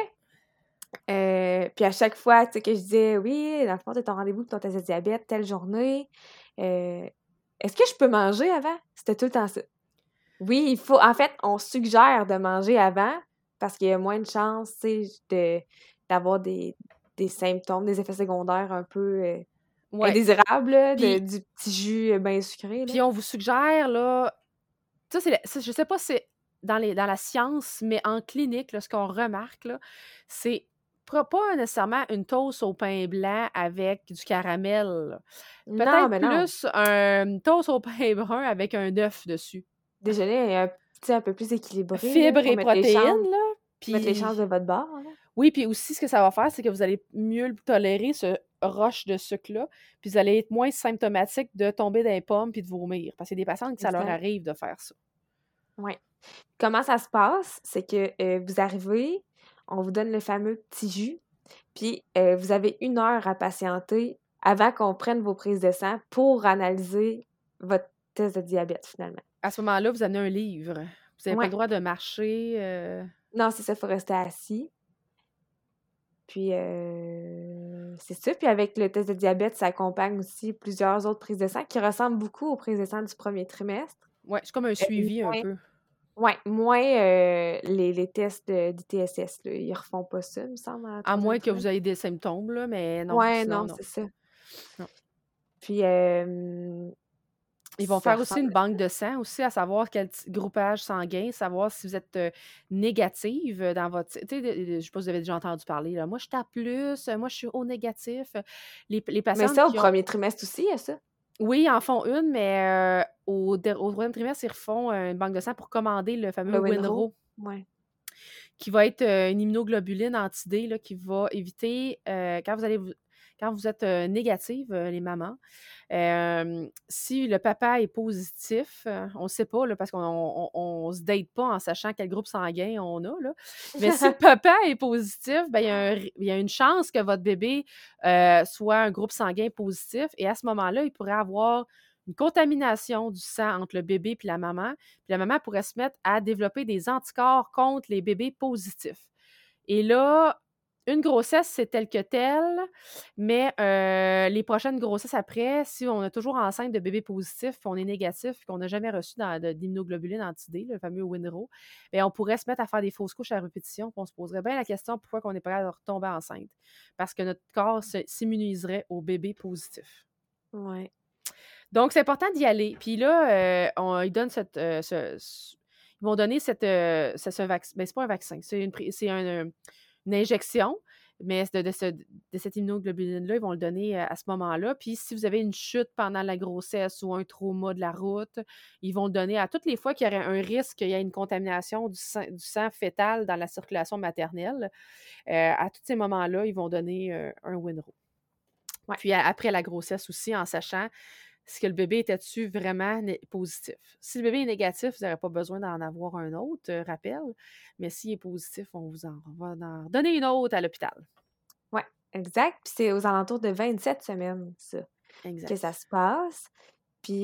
puis à chaque fois, tu sais, que je disais: «Oui, dans le fond, tu as ton rendez-vous pour ton test de diabète telle journée, est-ce que je peux manger avant?» C'était tout le temps ça. Oui, il faut en fait, on suggère de manger avant parce qu'il y a moins de chances, tu sais, d'avoir des symptômes, des effets secondaires un peu, ouais, indésirables, là, puis du petit jus, bien sucré, là. puis on vous suggère, là, ça, je sais pas si c'est dans la science, mais en clinique, là, ce qu'on remarque, là, c'est pas nécessairement une toast au pain blanc avec du caramel, là. Non, Peut-être mais non. plus un toast au pain brun avec un œuf dessus. Déjeuner, tu sais, un peu plus équilibré, là, Fibres pour et protéines, là, mettre les chances puis de votre bord, là. oui, puis aussi ce que ça va faire, c'est que vous allez mieux le tolérer, ce rush de sucre-là, puis vous allez être moins symptomatique de tomber dans les pommes puis de vomir. Parce qu'il y a des patientes que ça leur Exact. arrive de faire ça. Ouais. Comment ça se passe? C'est que, vous arrivez, on vous donne le fameux petit jus, puis, vous avez 1 heure à patienter avant qu'on prenne vos prises de sang pour analyser votre test de diabète, finalement. À ce moment-là, vous amenez un livre. Vous n'avez pas le Ouais. droit de marcher, Non, c'est ça, il faut rester assis. Puis, c'est ça. Puis avec le test de diabète, ça accompagne aussi plusieurs autres prises de sang qui ressemblent beaucoup aux prises de sang du 1er trimestre. ouais, c'est comme un suivi un Moins peu. ouais, moins, les tests d'ITSS, là, ils refont pas ça, il me semble, à la À 3e moins que vous trimestre. ayez des symptômes, là, mais non, Ouais, sinon non, non. c'est ça. Non. Puis, Ils vont ça faire aussi une ressemble banque de sang aussi, à savoir quel groupage sanguin, savoir si vous êtes, négative, dans votre tu sais, je sais pas si vous avez déjà entendu parler, là: «Moi, je suis A+, moi, je suis O négatif». Les mais patientes ça, au qui ont 1er trimestre aussi, il y a ça? oui, ils en font une, mais au 3e trimestre, ils refont, une banque de sang pour commander le fameux Le Winrow? Winrow, Ouais. qui va être, une immunoglobuline anti-D, là, qui va éviter, quand vous êtes, négative, les mamans, si le papa est positif, on ne sait pas, là, parce qu'on se date pas en sachant quel groupe sanguin on a, là. Mais si le papa est positif, ben, il y a une chance que votre bébé, soit un groupe sanguin positif et à ce moment-là, il pourrait avoir une contamination du sang entre le bébé puis la maman. Puis la maman pourrait se mettre à développer des anticorps contre les bébés positifs. Et là, une grossesse, c'est tel que tel, mais les prochaines grossesses après, si on est toujours enceinte de bébés positifs, puis on est négatif, puis qu'on n'a jamais reçu d'immunoglobuline anti-D, le fameux Winrow, bien, on pourrait se mettre à faire des fausses couches à répétition, puis on se poserait bien la question pourquoi on est prêt à retomber enceinte. Parce que notre corps s'immuniserait aux bébés positifs. Ouais. Donc, c'est important d'y aller. Puis là, ils donnent ils vont donner ce vaccin. Ben, c'est pas un vaccin, c'est une injection, Mais de cette immunoglobuline-là, ils vont le donner à ce moment-là. Puis si vous avez une chute pendant la grossesse ou un trauma de la route, ils vont le donner à toutes les fois qu'il y aurait un risque qu'il y ait une contamination du sang fœtal dans la circulation maternelle. À tous ces moments-là, ils vont donner un Winro. Ouais. Puis après la grossesse aussi, en sachant est-ce que le bébé était-tu vraiment positif. Si le bébé est négatif, vous n'aurez pas besoin d'en avoir un autre rappel, mais s'il est positif, on va en donner une autre à l'hôpital. Ouais, exact. Puis c'est aux alentours de 27 semaines, ça, que ça Exact. se passe. Puis,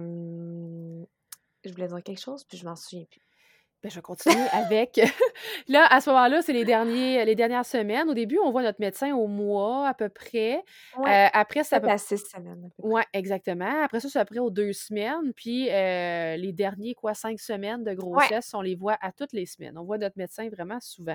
je voulais dire quelque chose, puis je m'en souviens plus. Ben, je vais continuer avec là, à ce moment-là, c'est les dernières semaines. Au début, on voit notre médecin au mois à peu près. Ouais, Après, c'est à 7 peu à 6 semaines à peu près. ouais, exactement. Après ça, c'est après aux 2 semaines. Puis, les derniers, 5 semaines de Ouais. grossesse, on les voit à toutes les semaines. On voit notre médecin vraiment souvent.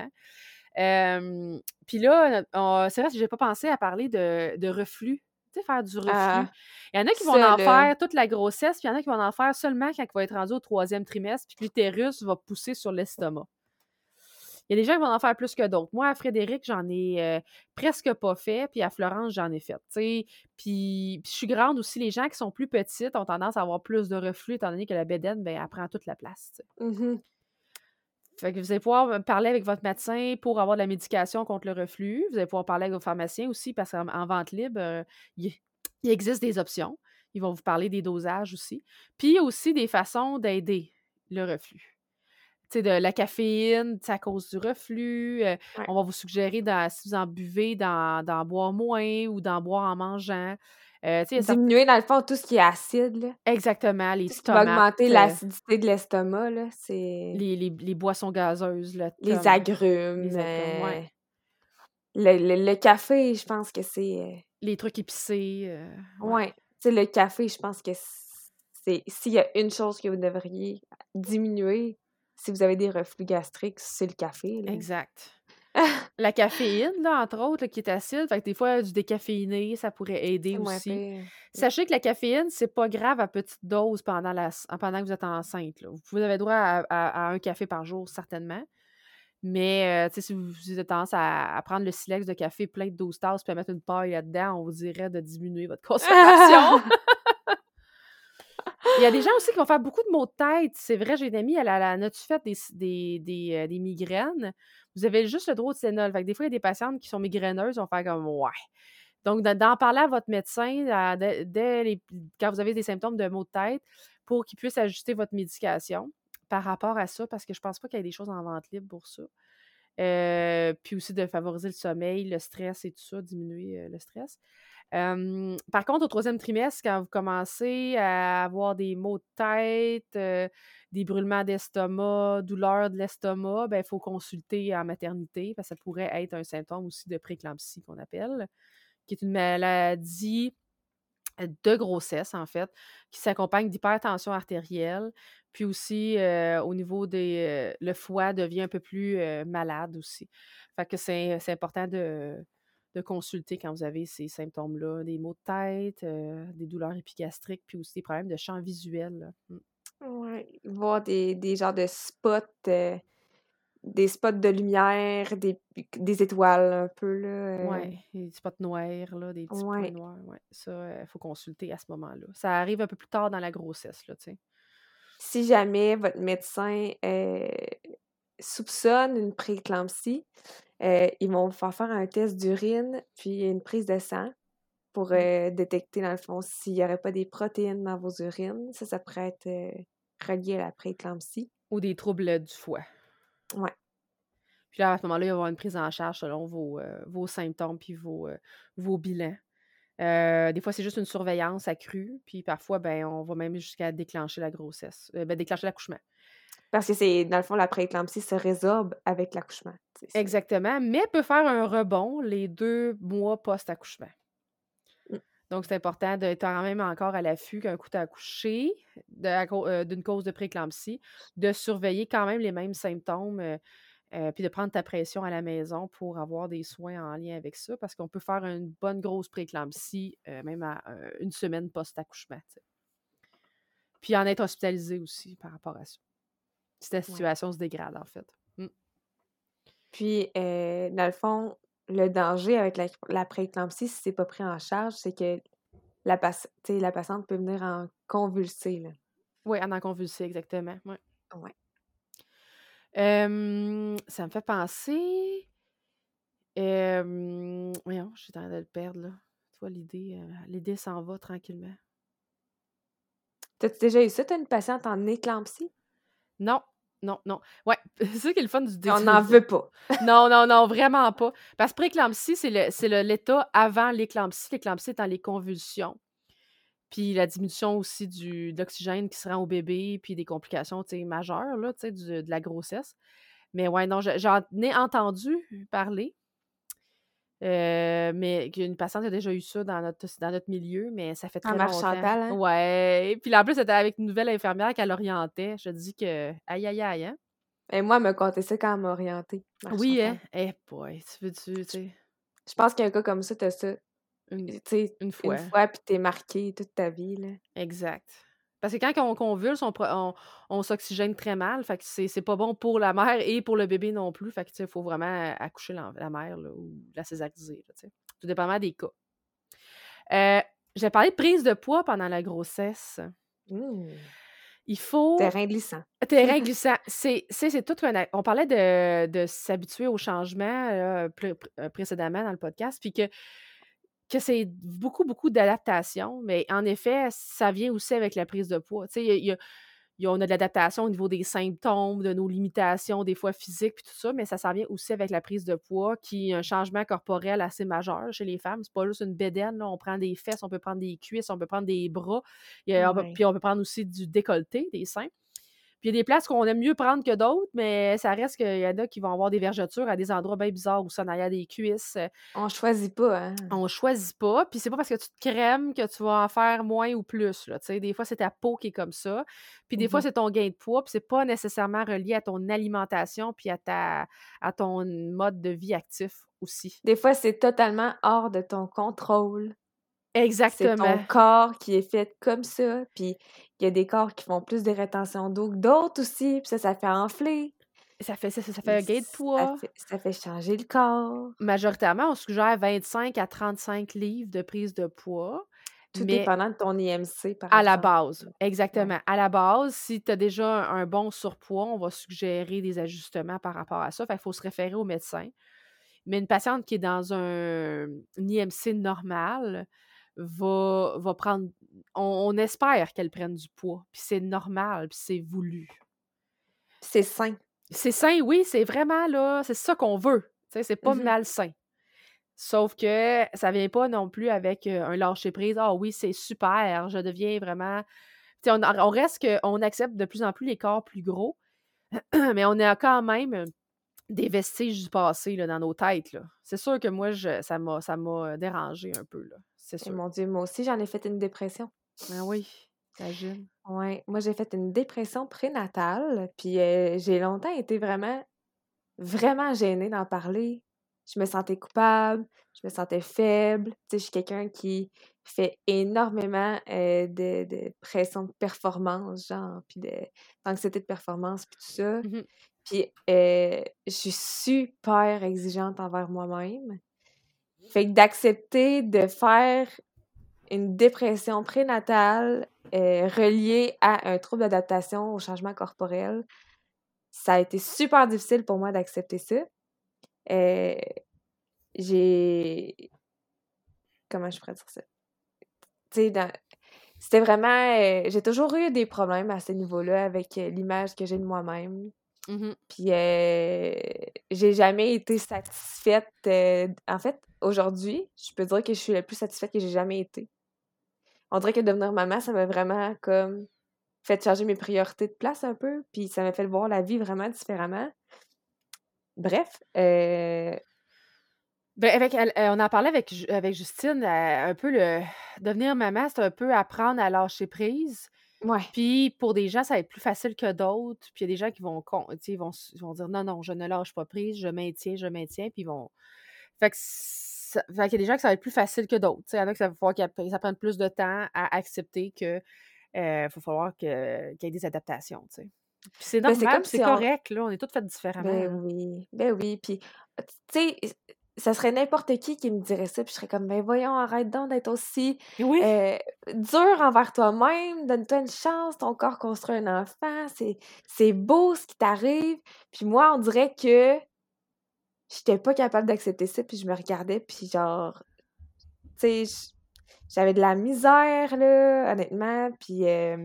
Puis là, c'est vrai que j'ai pas pensé à parler de reflux. Tu sais, faire du reflux. Il y en a qui vont Ça en là, faire toute la grossesse, puis il y en a qui vont en faire seulement quand il va être rendu au 3e trimestre, puis que l'utérus va pousser sur l'estomac. Il y a des gens qui vont en faire plus que d'autres. Moi, à Frédéric, j'en ai presque pas fait, puis à Florence, j'en ai fait. Tu sais. Puis je suis grande aussi. Les gens qui sont plus petites ont tendance à avoir plus de reflux, étant donné que la bédaine, ben, elle prend toute la place. Tu sais. Fait que vous allez pouvoir parler avec votre médecin pour avoir de la médication contre le reflux. Vous allez pouvoir parler avec vos pharmaciens aussi, parce qu'en vente libre, il existe des options. Ils vont vous parler des dosages aussi. Puis il y a aussi des façons d'aider le reflux. Tu sais, de la caféine, c'est à cause du reflux. ouais. On va vous suggérer, si vous en buvez, d'en boire moins ou d'en boire en mangeant. Tu sais, il y a Diminuer dans le fond tout ce qui est acide, là. exactement, les Tout ce qui va tomates, augmenter l'acidité de l'estomac, là, c'est les boissons gazeuses, les agrumes, les agrumes, ouais. le café, je pense que c'est, Les trucs épicés, ouais. ouais. Tu sais, le café, je pense que c'est s'il y a une chose que vous devriez diminuer, si vous avez des reflux gastriques, c'est le café, là. Exact. La caféine, là, entre autres, là, qui est acide, fait que des fois, du décaféiné, ça pourrait aider C'est moins aussi. pire. Sachez que la caféine, c'est pas grave à petite dose pendant que vous êtes enceinte, là. Vous avez droit à un café par jour, certainement. Mais, tu sais, si vous avez tendance à prendre le silex de café plein de 12 tasses puis à mettre une paille là-dedans, on vous dirait de diminuer votre consommation. Il y a des gens aussi qui vont faire beaucoup de maux de tête. C'est vrai, j'ai une amie, elle a-tu fait des migraines? Vous avez juste le Drosénol. Fait que des fois, il y a des patientes qui sont migraineuses, vont faire comme ouais. Donc, d'en parler à votre médecin quand vous avez des symptômes de maux de tête pour qu'il puisse ajuster votre médication par rapport à ça, parce que je pense pas qu'il y ait des choses en vente libre pour ça. Puis aussi de favoriser le sommeil, le stress et tout ça, diminuer le stress. Par contre, au 3e trimestre, quand vous commencez à avoir des maux de tête, des brûlements d'estomac, douleurs de l'estomac, ben, il faut consulter en maternité parce que ça pourrait être un symptôme aussi de prééclampsie qu'on appelle, qui est une maladie de grossesse, en fait, qui s'accompagne d'hypertension artérielle. Puis aussi, au niveau le foie devient un peu plus malade aussi. Fait que c'est important de consulter quand vous avez ces symptômes-là, des maux de tête, des douleurs épigastriques, puis aussi des problèmes de champ visuel, là. Ouais, voir des genres de spots, des spots de lumière, des étoiles un peu, là, Ouais, des spots noirs, là, des petits points ouais. noirs, ouais. Ça, il faut consulter à ce moment-là. Ça arrive un peu plus tard dans la grossesse, là, tu sais. Si jamais votre médecin, soupçonne une prééclampsie, ils vont vous faire un test d'urine, puis une prise de sang pour, Mmh. détecter, dans le fond, s'il y aurait pas des protéines dans vos urines. Ça pourrait être, relié à la prééclampsie. Ou des troubles du foie. Ouais. Puis là, à ce moment-là, il va y avoir une prise en charge selon vos symptômes puis vos bilans. Des fois, c'est juste une surveillance accrue, puis parfois, ben, on va même jusqu'à déclencher la grossesse, déclencher l'accouchement. Parce que c'est dans le fond, la prééclampsie se résorbe avec l'accouchement. Tu sais, c'est Exactement, mais peut faire un rebond les 2 mois post-accouchement. mmh, Donc, c'est important d'être quand même encore à l'affût qu'un coup tu as accouché d'une cause de prééclampsie, de surveiller quand même les mêmes symptômes, puis de prendre ta pression à la maison pour avoir des soins en lien avec ça, parce qu'on peut faire une bonne grosse prééclampsie, même à, 1 semaine post-accouchement, tu sais. Puis en être hospitalisé aussi par rapport à ça, si ta ouais. situation se dégrade, en fait. Mmh. Puis, dans le fond, le danger avec la prééclampsie, si c'est pas pris en charge, c'est que la patiente peut venir en convulser, là. Oui, en convulsé, exactement, ouais. Ouais. Ça me fait penser, voyons, je suis en train de le perdre, là. Tu vois, l'idée s'en va tranquillement. T'as-tu déjà eu ça, une patiente en éclampsie? Non, non, non. Ouais, c'est ça qui est le fun du On n'en veut pas. non, non, non, vraiment pas. Parce que prééclampsie, c'est l'état avant l'éclampsie. L'éclampsie étant les convulsions, puis la diminution aussi de l'oxygène qui se rend au bébé, puis des complications, tu sais, majeures, là, tu sais, de la grossesse. Mais ouais, non, j'en ai entendu parler, mais qu'une patiente a déjà eu ça dans notre milieu, mais ça fait En très marche longtemps. Chantal, hein? Ouais, puis là, en plus, c'était avec une nouvelle infirmière qu'elle orientait. Je te dis que aïe, aïe, aïe, hein? Et moi, elle m'a conté ça quand elle m'a orientée, marche Oui, hein? Chantal. Eh boy, tu veux-tu, tu sais, Je pense qu'un cas comme ça, t'as ça, une tu sais, une une fois. fois, puis t'es marqué toute ta vie, là. Exact. Parce que quand on convulse, on s'oxygène très mal, fait que c'est pas bon pour la mère et pour le bébé non plus, fait que, tu sais, il faut vraiment accoucher la mère, là, ou la césariser, là, tu sais, tout dépendamment des cas. J'ai parlé de prise de poids pendant la grossesse. Mmh. Il faut Terrain glissant. terrain glissant, c'est tout on parlait de s'habituer au changement, précédemment dans le podcast, puis que c'est beaucoup, beaucoup d'adaptation, mais en effet, ça vient aussi avec la prise de poids. Tu sais, on a de l'adaptation au niveau des symptômes, de nos limitations, des fois physiques, puis tout ça, mais ça s'en vient aussi avec la prise de poids, qui est un changement corporel assez majeur chez les femmes. C'est pas juste une bédaine, là. On prend des fesses, on peut prendre des cuisses, on peut prendre des bras, Ouais. puis on peut prendre aussi du décolleté, des seins. Puis il y a des places qu'on aime mieux prendre que d'autres, mais ça reste qu'il y en a qui vont avoir des vergetures à des endroits bien bizarres où ça en arrière des cuisses. On choisit pas, hein? On choisit pas, puis c'est pas parce que tu te crèmes que tu vas en faire moins ou plus, là, tu sais. Des fois, c'est ta peau qui est comme ça, puis des fois, Mmh. c'est ton gain de poids, puis c'est pas nécessairement relié à ton alimentation puis à ton mode de vie actif aussi. Des fois, c'est totalement hors de ton contrôle. C'est ton Exactement. corps qui est fait comme ça, puis il y a des corps qui font plus de rétention d'eau que d'autres aussi, puis ça fait enfler, Ça fait puis un gain de poids. ça fait changer le corps. Majoritairement, on suggère 25 à 35 livres de prise de poids, Tout mais dépendant de ton IMC, par à la exemple. base, Ouais. exactement. À la base, si tu as déjà un bon surpoids, on va suggérer des ajustements par rapport à ça. Fait qu'il faut se référer au médecin. Mais une patiente qui est dans un IMC normal va prendre on espère qu'elle prenne du poids, puis c'est normal, puis c'est voulu. C'est sain. C'est sain, oui, c'est vraiment là, c'est ça qu'on veut. Tu sais, c'est pas Mmh. malsain. Sauf que ça vient pas non plus avec, un lâcher prise. «Ah oui, c'est super, je deviens vraiment» tu sais, on reste qu'on accepte de plus en plus les corps plus gros, mais on a quand même, des vestiges du passé, là, dans nos têtes, là. C'est sûr que moi, ça m'a dérangée un peu, là, c'est Et sûr. mon Dieu, moi aussi, j'en ai fait une dépression. Ah oui, j'imagine. Ouais, moi, j'ai fait une dépression prénatale, puis j'ai longtemps été vraiment, vraiment gênée d'en parler. Je me sentais coupable, je me sentais faible. Tu sais, je suis quelqu'un qui fait énormément, de pression de performance, genre, puis d'anxiété de performance, puis tout ça. Mmh mh. Puis, je suis super exigeante envers moi-même. Fait que d'accepter de faire une dépression prénatale, reliée à un trouble d'adaptation au changement corporel, ça a été super difficile pour moi d'accepter ça. Heu, j'ai comment je pourrais dire ça? Tu sais, c'était vraiment, j'ai toujours eu des problèmes à ce niveau-là avec, l'image que j'ai de moi-même. Mmh. Puis, j'ai jamais été satisfaite, en fait, aujourd'hui, je peux dire que je suis la plus satisfaite que j'ai jamais été. On dirait que devenir maman, ça m'a vraiment comme fait changer mes priorités de place un peu, puis ça m'a fait voir la vie vraiment différemment. Bref, Ben, avec elle, on en parlait avec Justine, un peu le devenir maman, c'est un peu apprendre à lâcher prise. ouais, Puis pour des gens, ça va être plus facile que d'autres. Puis il y a des gens qui vont tu sais, ils vont dire: «Non, non, je ne lâche pas prise, je maintiens», puis ils vont fait qu'il y a des gens que ça va être plus facile que d'autres. Tu sais, il y en a que ça va falloir ça prenne plus de temps à accepter que, va falloir qu'il y ait des adaptations, tu sais. Puis c'est ben, c'est normal, comme puis c'est si on correct, là, on est toutes faites différemment, ben là. oui, ben oui, puis, tu sais, ça serait n'importe qui me dirait ça, puis je serais comme: «Ben voyons, arrête donc d'être aussi, Oui, dur envers toi-même, donne-toi une chance, ton corps construit un enfant, c'est beau ce qui t'arrive». Puis moi, on dirait que j'étais pas capable d'accepter ça, puis je me regardais, puis genre, tu sais, j'avais de la misère, là, honnêtement, puis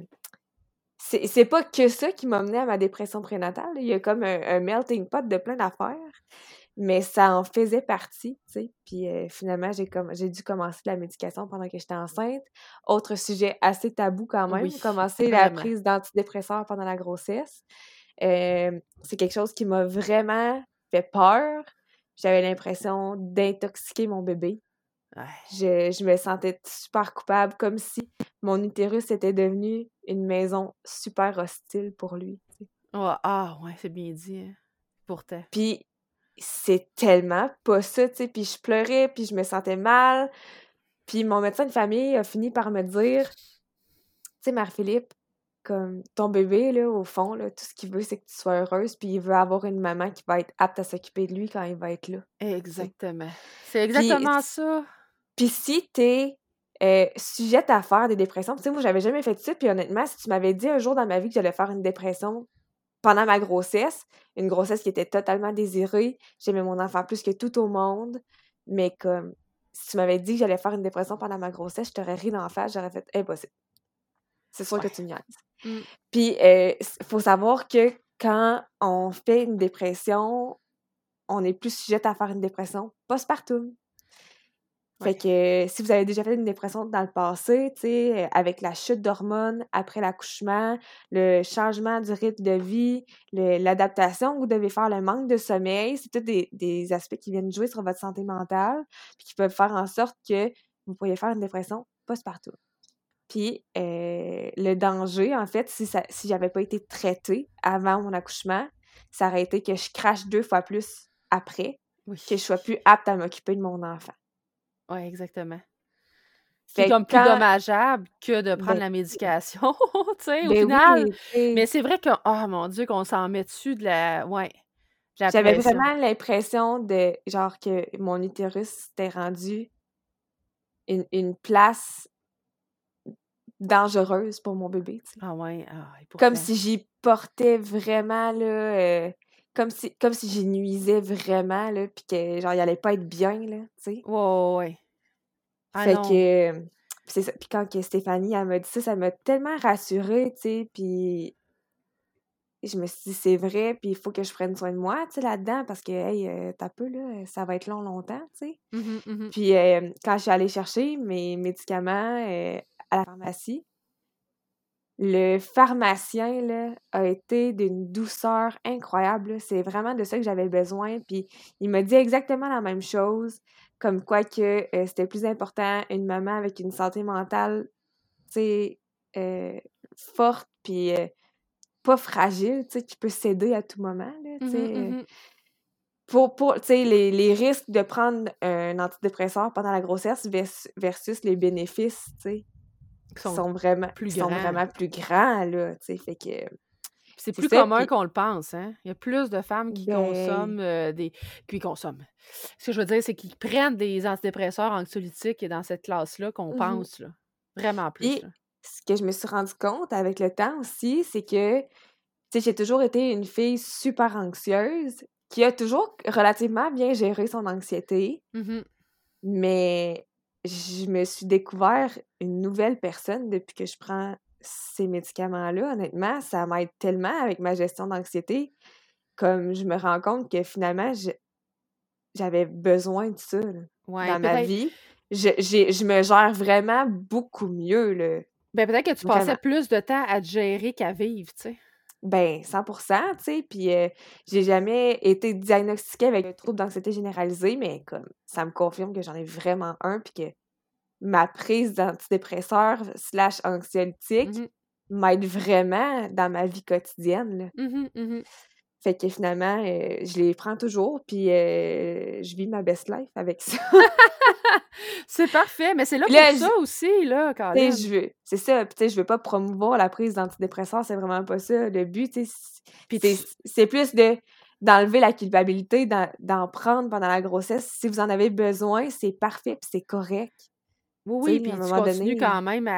c'est pas que ça qui m'a menée à ma dépression prénatale, là. Il y a comme un melting pot de plein d'affaires, mais ça en faisait partie, tu sais. Puis finalement, j'ai dû commencer la médication pendant que j'étais enceinte. Autre sujet assez tabou quand même, oui, commencer la vraiment. prise d'antidépresseurs pendant la grossesse. C'est quelque chose qui m'a vraiment fait peur. J'avais l'impression d'intoxiquer mon bébé. Ouais. Je me sentais super coupable, comme si mon utérus était devenu une maison super hostile pour lui, tu sais. Ah ouais, c'est bien dit, hein, pourtant. Puis c'est tellement pas ça, tu sais, puis je pleurais, puis je me sentais mal. Puis mon médecin de famille a fini par me dire: «Tu sais, Marie-Philippe, comme ton bébé, là, au fond, là, tout ce qu'il veut, c'est que tu sois heureuse, puis il veut avoir une maman qui va être apte à s'occuper de lui quand il va être là», tu sais. Exactement. C'est Puis exactement ça. Puis si t'es sujette à faire des dépressions, tu sais, moi, j'avais jamais fait ça, puis honnêtement, si tu m'avais dit un jour dans ma vie que j'allais faire une dépression pendant ma grossesse, une grossesse qui était totalement désirée, j'aimais mon enfant plus que tout au monde, mais comme si tu m'avais dit que j'allais faire une dépression pendant ma grossesse, je t'aurais ri d'en face, j'aurais fait: «Impossible, c'est sûr que Ouais. tu me niaises». Mmh. Puis, faut savoir que quand on fait une dépression, on est plus sujette à faire une dépression postpartum. Ouais. Fait que si vous avez déjà fait une dépression dans le passé, tu sais, avec la chute d'hormones après l'accouchement, le changement du rythme de vie, l'adaptation que vous devez faire, le manque de sommeil, c'est tous des aspects qui viennent jouer sur votre santé mentale, puis qui peuvent faire en sorte que vous pourriez faire une dépression postpartum. Puis, le danger, en fait, si j'avais pas été traitée avant mon accouchement, ça aurait été que je crache 2 fois plus après, Oui. que je sois plus apte à m'occuper de mon enfant. Ouais, exactement. Qui est Fait que comme plus quand dommageable que de prendre ben la médication, tu sais, au ben oui, final. tu sais, Mais c'est vrai que, oh mon Dieu, qu'on s'en met dessus de la ouais, de la j'avais pression. vraiment l'impression de genre que mon utérus s'était rendu une place dangereuse pour mon bébé, tu sais. Ah ouais, et Comme pourtant. si j'y portais vraiment là, comme si j'y nuisais vraiment là, puis que genre il allait pas être bien là, tu sais. Ouais, ouais, ouais. Ah Fait non. que, c'est ça. Puis quand que Stéphanie, elle m'a dit ça m'a tellement rassurée, tu sais, puis je me suis dit: «C'est vrai, puis il faut que je prenne soin de moi, tu sais, là-dedans, parce que, hey, tu peu, là, ça va être long, longtemps», tu sais. Mmh mh, mmh. Puis, quand je suis allée chercher mes médicaments, à la pharmacie, le pharmacien, là, a été d'une douceur incroyable, là. C'est vraiment de ça que j'avais besoin, puis il m'a dit exactement la même chose, comme quoi que, c'était plus important une maman avec une santé mentale, tu sais, heu, forte, puis, pas fragile, tu sais, qui peut céder à tout moment, là, tu Mmh mh, sais, mmh. pour tu sais, les risques de prendre un antidépresseur pendant la grossesse versus les bénéfices, tu sais, Qui qui sont sont vraiment plus qui sont grands. vraiment plus grands, là, tu sais, fait que Puis c'est c'est plus ça, commun puis qu'on le pense, hein. Il y a plus de femmes qui ben consomment, qui consomment. Ce que je veux dire, c'est qu'ils prennent des antidépresseurs anxiolytiques et dans cette classe-là qu'on mmh pense, là. Vraiment plus, puis là. ce que je me suis rendu compte avec le temps aussi, c'est que, tu sais, j'ai toujours été une fille super anxieuse, qui a toujours relativement bien géré son anxiété. Mmh. Mais je me suis découvert une nouvelle personne depuis que je prends ces médicaments-là. Honnêtement, ça m'aide tellement avec ma gestion d'anxiété. Comme je me rends compte que finalement, j'avais besoin de ça, là, Ouais, dans ma peut-être vie. Je me gère vraiment beaucoup mieux, là, peut-être que tu passais vraiment. plus de temps à te gérer qu'à vivre, tu sais. Ben 100 tu sais, puis j'ai jamais été diagnostiquée avec un trouble d'anxiété généralisée, mais comme ça me confirme que j'en ai vraiment un, puis que ma prise d'antidépresseurs slash anxiolytiques Mmh. m'aide vraiment dans ma vie quotidienne, là. Mmh mh, mmh. Fait que finalement, je les prends toujours puis je vis ma best life avec ça. C'est parfait, mais c'est là Puis pour là, ça aussi, là, tu sais, Colin. c'est ça, puis tu sais, je veux pas promouvoir la prise d'antidépresseurs, c'est vraiment pas ça. Le but, tu sais, Puis c'est tu c'est plus de d'enlever la culpabilité d'en prendre pendant la grossesse. Si vous en avez besoin, c'est parfait puis c'est correct. Oui, oui, Tu sais, à un puis tu moment continues donné quand même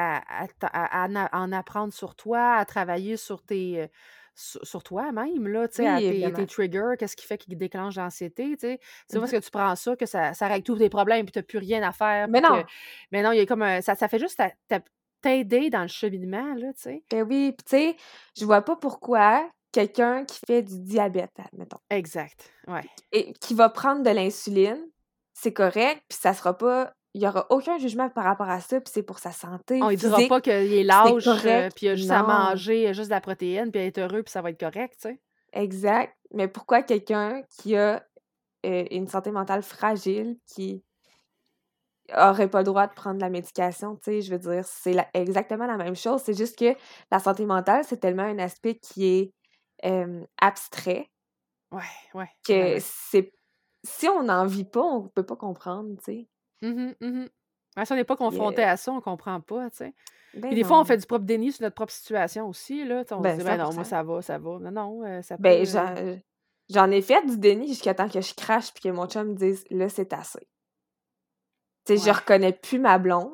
à en apprendre sur toi, à travailler sur tes, sur toi-même, là, tu sais, oui, tes évidemment. triggers, qu'est-ce qui fait qu'ils déclenchent l'anxiété, tu sais? C'est pas parce Mmh. que tu prends ça que ça règle tous tes problèmes, puis tu plus rien à faire, Mais puis que non! mais non, il y a comme un ça fait juste t'aider dans le cheminement, là, tu sais? Ben oui, puis tu sais, je vois pas pourquoi quelqu'un qui fait du diabète, admettons, Exact, ouais. et qui va prendre de l'insuline, c'est correct, puis ça sera pas il y aura aucun jugement par rapport à ça, puis c'est pour sa santé On lui dira physique, pas qu'il est puis c'est lâche, correct. puis il a juste à Non, manger, juste de la protéine, puis être heureux, puis ça va être correct, tu sais? exact, mais pourquoi quelqu'un qui a, une santé mentale fragile, qui aurait pas le droit de prendre la médication, tu sais? Je veux dire, c'est exactement la même chose, c'est juste que la santé mentale, c'est tellement un aspect qui est, abstrait, Ouais, ouais, que vraiment. c'est si on n'en vit pas, on peut pas comprendre, tu sais? Mmh mh, mmh. Ouais, si on n'est pas Puis, confronté à ça, on comprend pas, tu sais. Puis ben des fois, on fait non, du propre déni sur notre propre situation aussi, là. Tu sais, on se ben dit: cent «Ben pour non, moi 100. ça va, ça va». Non, non, ça peut, Ben j'en ai fait du déni jusqu'à temps que je crache puis que mon chum me dise: «Là, c'est assez». Tu sais, je ouais, reconnais plus ma blonde,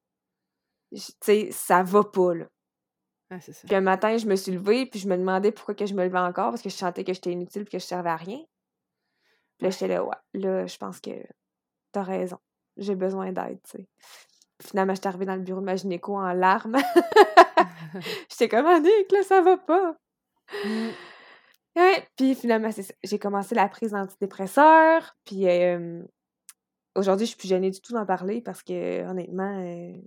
tu sais, ça va pas, là. ouais, c'est ça. Puis un matin, je me suis levée, puis je me demandais pourquoi que je me levais encore parce que je sentais que j'étais inutile puis que je servais à rien. Puis là, Ouais. j'étais là: «Ouais, là, je pense que tu as raison. J'ai besoin d'aide», tu sais. Puis finalement, j'étais arrivée dans le bureau de ma gynéco en larmes. J'étais comme: «Annick, là, ça va pas». Mmh. Ouais, puis finalement, c'est ça. J'ai commencé la prise d'antidépresseurs, puis aujourd'hui, je suis plus gênée du tout d'en parler parce que honnêtement,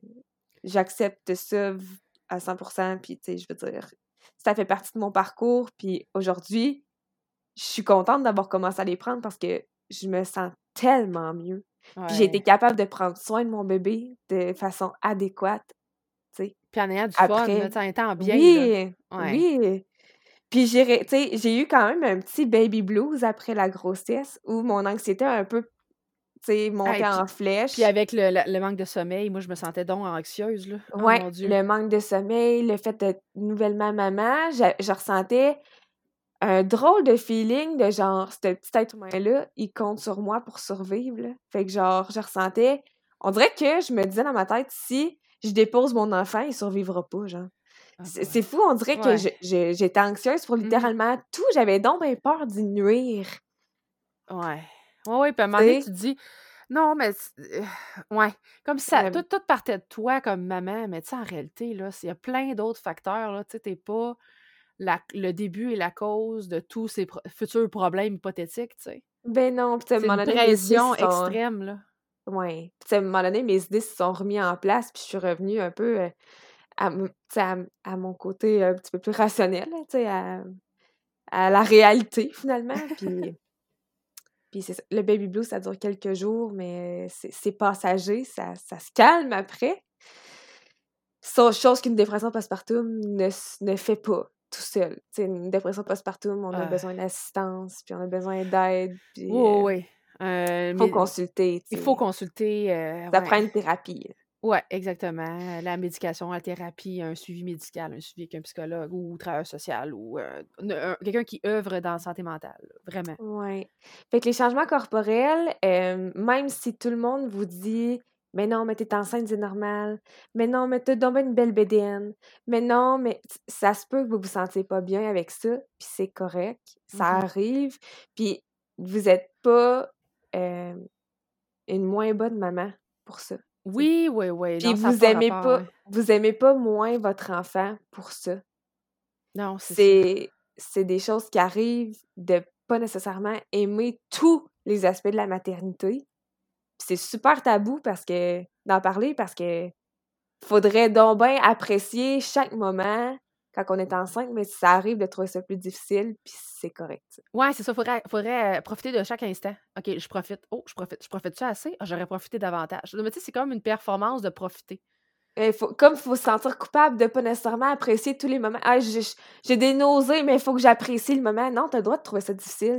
j'accepte ça à 100 puis tu sais, je veux dire, ça fait partie de mon parcours, puis aujourd'hui, je suis contente d'avoir commencé à les prendre parce que je me sens tellement mieux. Puis j'ai été Ouais. capable de prendre soin de mon bébé de façon adéquate, tu sais, Puis en ayant du fun, là, après tu sais, en étant bien, là. oui, Ouais. oui. Puis tu sais, j'ai eu quand même un petit baby blues après la grossesse où mon anxiété a un peu, tu sais, Ah et monté en puis flèche. avec le manque de sommeil, moi, je me sentais donc anxieuse, là. Oh Ouais, mon Dieu. le manque de sommeil, le fait d'être nouvellement maman, je ressentais un drôle de feeling de genre, ce petit être humain-là, il compte sur moi pour survivre, là. Fait que genre, je ressentais on dirait que je me disais dans ma tête: «Si je dépose mon enfant, il survivra pas», genre. Ah C'est bah, c'est fou, on dirait que ouais. j'étais anxieuse pour Mmh. littéralement tout, j'avais donc bien peur d'y nuire, Ouais. Ouais, ouais, puis à un moment tu donné, tu sais? te dis: «Non, mais ouais», comme si ça Mais tout partait de toi comme maman, mais tu sais, en réalité, là, il y a plein d'autres facteurs, là, tu sais, tu pas le début et la cause de tous ces futurs problèmes hypothétiques, tu sais. ben non, puis tu sais, à un C'est moment une donné, mes idées pression se sont extrême, là. ouais, puis tu sais, à un moment donné, mes idées se sont remis en place, puis je suis revenue un peu, à m tu sais, à mon côté un petit peu plus rationnel, là, tu sais, à la réalité finalement, puis c'est ça. Le baby blues, ça dure quelques jours, mais c'est passager, ça se calme après. Chose qu'une dépression postpartum ne fait pas tout seul. Tu sais, une dépression postpartum, on a Heu, besoin d'assistance, puis on a besoin d'aide, oui, puis, oui, oui. faut Mais consulter, tu il faut sais. consulter, Ça ouais. prend une thérapie, là. Ouais, exactement. La médication, la thérapie, un suivi médical, un suivi avec un psychologue ou travailleur social ou, quelqu'un qui œuvre dans la santé mentale, là, vraiment. Ouais. Fait que les changements corporels, même si tout le monde vous dit: «Mais non, mais tu es enceinte, c'est normal. Mais non, mais tu as donc ben une belle bédaine. Mais non, mais» ça se peut que vous vous sentiez pas bien avec ça, puis c'est correct, ça Mmh. arrive. Puis vous êtes pas, hem, une moins bonne maman pour ça, tu sais. Oui, oui, oui. Puis Non, ça a pas rapport, ouais. vous aimez pas moins votre enfant pour ça. Non, c'est ça. C'est des choses qui arrivent de pas nécessairement aimer tous les aspects de la maternité. Puis c'est super tabou parce que d'en parler parce que faudrait donc bien apprécier chaque moment quand on est enceinte, mais ça arrive de trouver ça plus difficile, puis c'est correct, ça. Ouais, c'est ça, faudrait, profiter de chaque instant. OK, je profite. Oh, je profite. Je profite-tu assez? Ah, j'aurais profité davantage. Mais tu sais, c'est comme une performance de profiter. Faut se sentir coupable de pas nécessairement apprécier tous les moments. «Ah, j'ai des nausées, mais il faut que j'apprécie le moment». Non, tu as le droit de trouver ça difficile.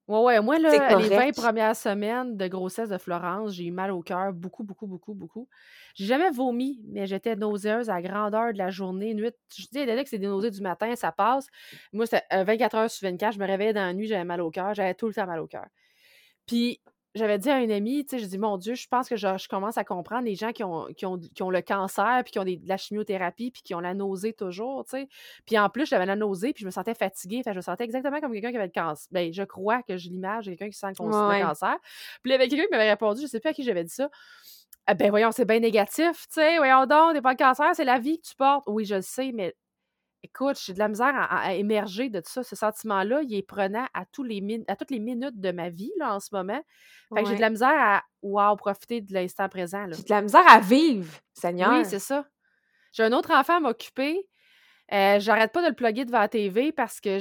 Ouais, ouais, moi, C'est là, les 20 correct. premières semaines de grossesse de Florence, j'ai eu mal au cœur beaucoup, beaucoup, beaucoup, beaucoup. J'ai jamais vomi, mais j'étais nauséeuse à grandeur de la journée, nuit. Je dis, il y en a que c'est des nausées du matin, ça passe. Moi, c'était 24 heures sur 24, je me réveillais dans la nuit, j'avais mal au cœur, j'avais tout le temps mal au cœur. Puis j'avais dit à une amie, tu sais, je dis: «Mon Dieu, je pense que je commence à comprendre les gens qui ont le cancer, puis qui ont de la chimiothérapie, puis qui ont la nausée toujours», tu sais. Puis en plus, j'avais la nausée, puis je me sentais fatiguée. Fait je me sentais exactement comme quelqu'un qui avait le cancer. Ben, je crois que j'ai l'image de quelqu'un qui sent Ouais, le ouais. cancer. Puis il y avait quelqu'un qui m'avait répondu, je sais plus à qui j'avais dit ça: «Ah ben voyons, c'est bien négatif, tu sais, voyons donc, tu pas le cancer, c'est la vie que tu portes». Oui, je le sais, mais écoute, j'ai de la misère à émerger de tout ça. Ce sentiment-là, il est prenant à toutes les minutes de ma vie, là, en ce moment. Fait que j'ai de Ouais. la misère à wow, profiter de l'instant présent, là. J'ai de la misère à vivre, Oui, Seigneur. c'est ça. J'ai un autre enfant à m'occuper. J'arrête pas de le plugger devant la TV parce que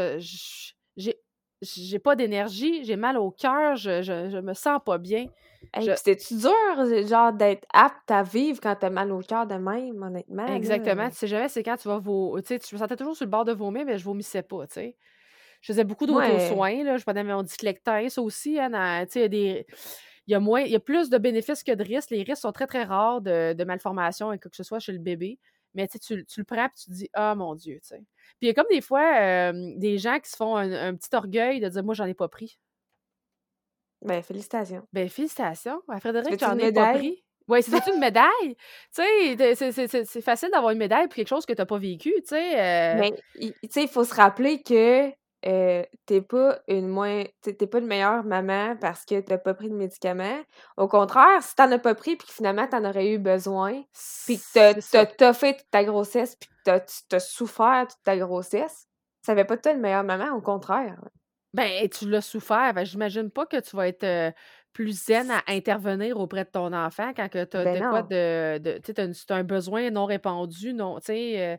j'ai pas d'énergie, j'ai mal au cœur, je me sens pas bien. Hey, Je puis c'est-tu dur, genre, d'être apte à vivre quand t'as mal au cœur de même, honnêtement, là? exactement, tu sais jamais c'est quand tu vas tu sais, je me sentais toujours sur le bord de vomir, mais je vomissais pas, tu sais. Je faisais beaucoup Moi, d'auto-soins, là, je prenais mon Diclectin, ça aussi, hein, tu sais, il y a plus de bénéfices que de risques. Les risques sont très, très rares de malformations et quoi que ce soit chez le bébé, mais tu sais, tu le prends puis tu te dis: «Ah mon Dieu», tu sais. Puis il y a comme des fois, des gens qui se font un petit orgueil de dire: «Moi, j'en ai pas pris». ben, félicitations. Ben félicitations, à Tu Frédéric, veux-tu j'en une ai pas médaille? pris. Ouais, c'est une médaille? Tu sais, c'est facile d'avoir une médaille pour quelque chose que tu as pas vécu, tu sais, Mais tu sais, il faut se rappeler que, tu pas une moins tu sais, pas une meilleure maman parce que tu pas pris de médicaments. Au contraire, si tu as pas pris puis que finalement tu en aurais eu besoin, puis que c'est tu ça. as toffé toute ta grossesse puis que tu as souffert toute ta grossesse, ça fait pas de toi une meilleure maman, au contraire. Ben, tu l'as souffert, ben, j'imagine pas que tu vas être, plus zen à intervenir auprès de ton enfant quand que tu as Ben de quoi non. tu sais, tu as un besoin non répondu, non tu sais,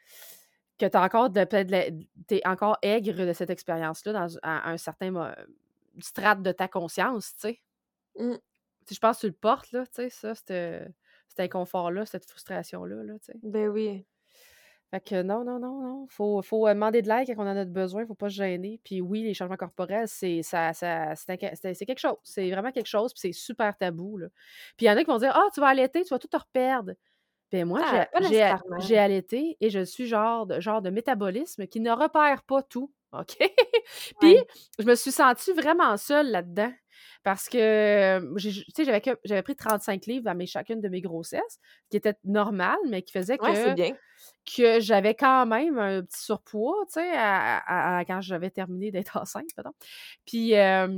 que tu as encore de peut-être tu es encore aigre de cette expérience-là à un certain strate de ta conscience, tu sais. Mmh. Tu sais, je pense que tu le portes là, tu sais, ça, cet inconfort-là, cette frustration-là, là, tu sais. Ben oui. Fait que non, non, non, non, faut, demander de l'aide quand on en a besoin, faut pas se gêner. Puis oui, les changements corporels, c'est quelque chose, c'est vraiment quelque chose, puis c'est super tabou, là. Puis il y en a qui vont dire: «Ah, tu vas allaiter, tu vas tout te reperdre». Ben moi, Ah, pas j'ai nécessairement. allaité et je suis genre de métabolisme qui ne repère pas tout, OK? Puis Ouais. je me suis sentie vraiment seule là-dedans parce que, tu sais, j'avais pris 35 livres à chacune de mes grossesses, ce qui était normal, mais qui faisait Ouais, c'est bien. que j'avais quand même un petit surpoids, tu sais, quand j'avais terminé d'être enceinte, pardon. Puis,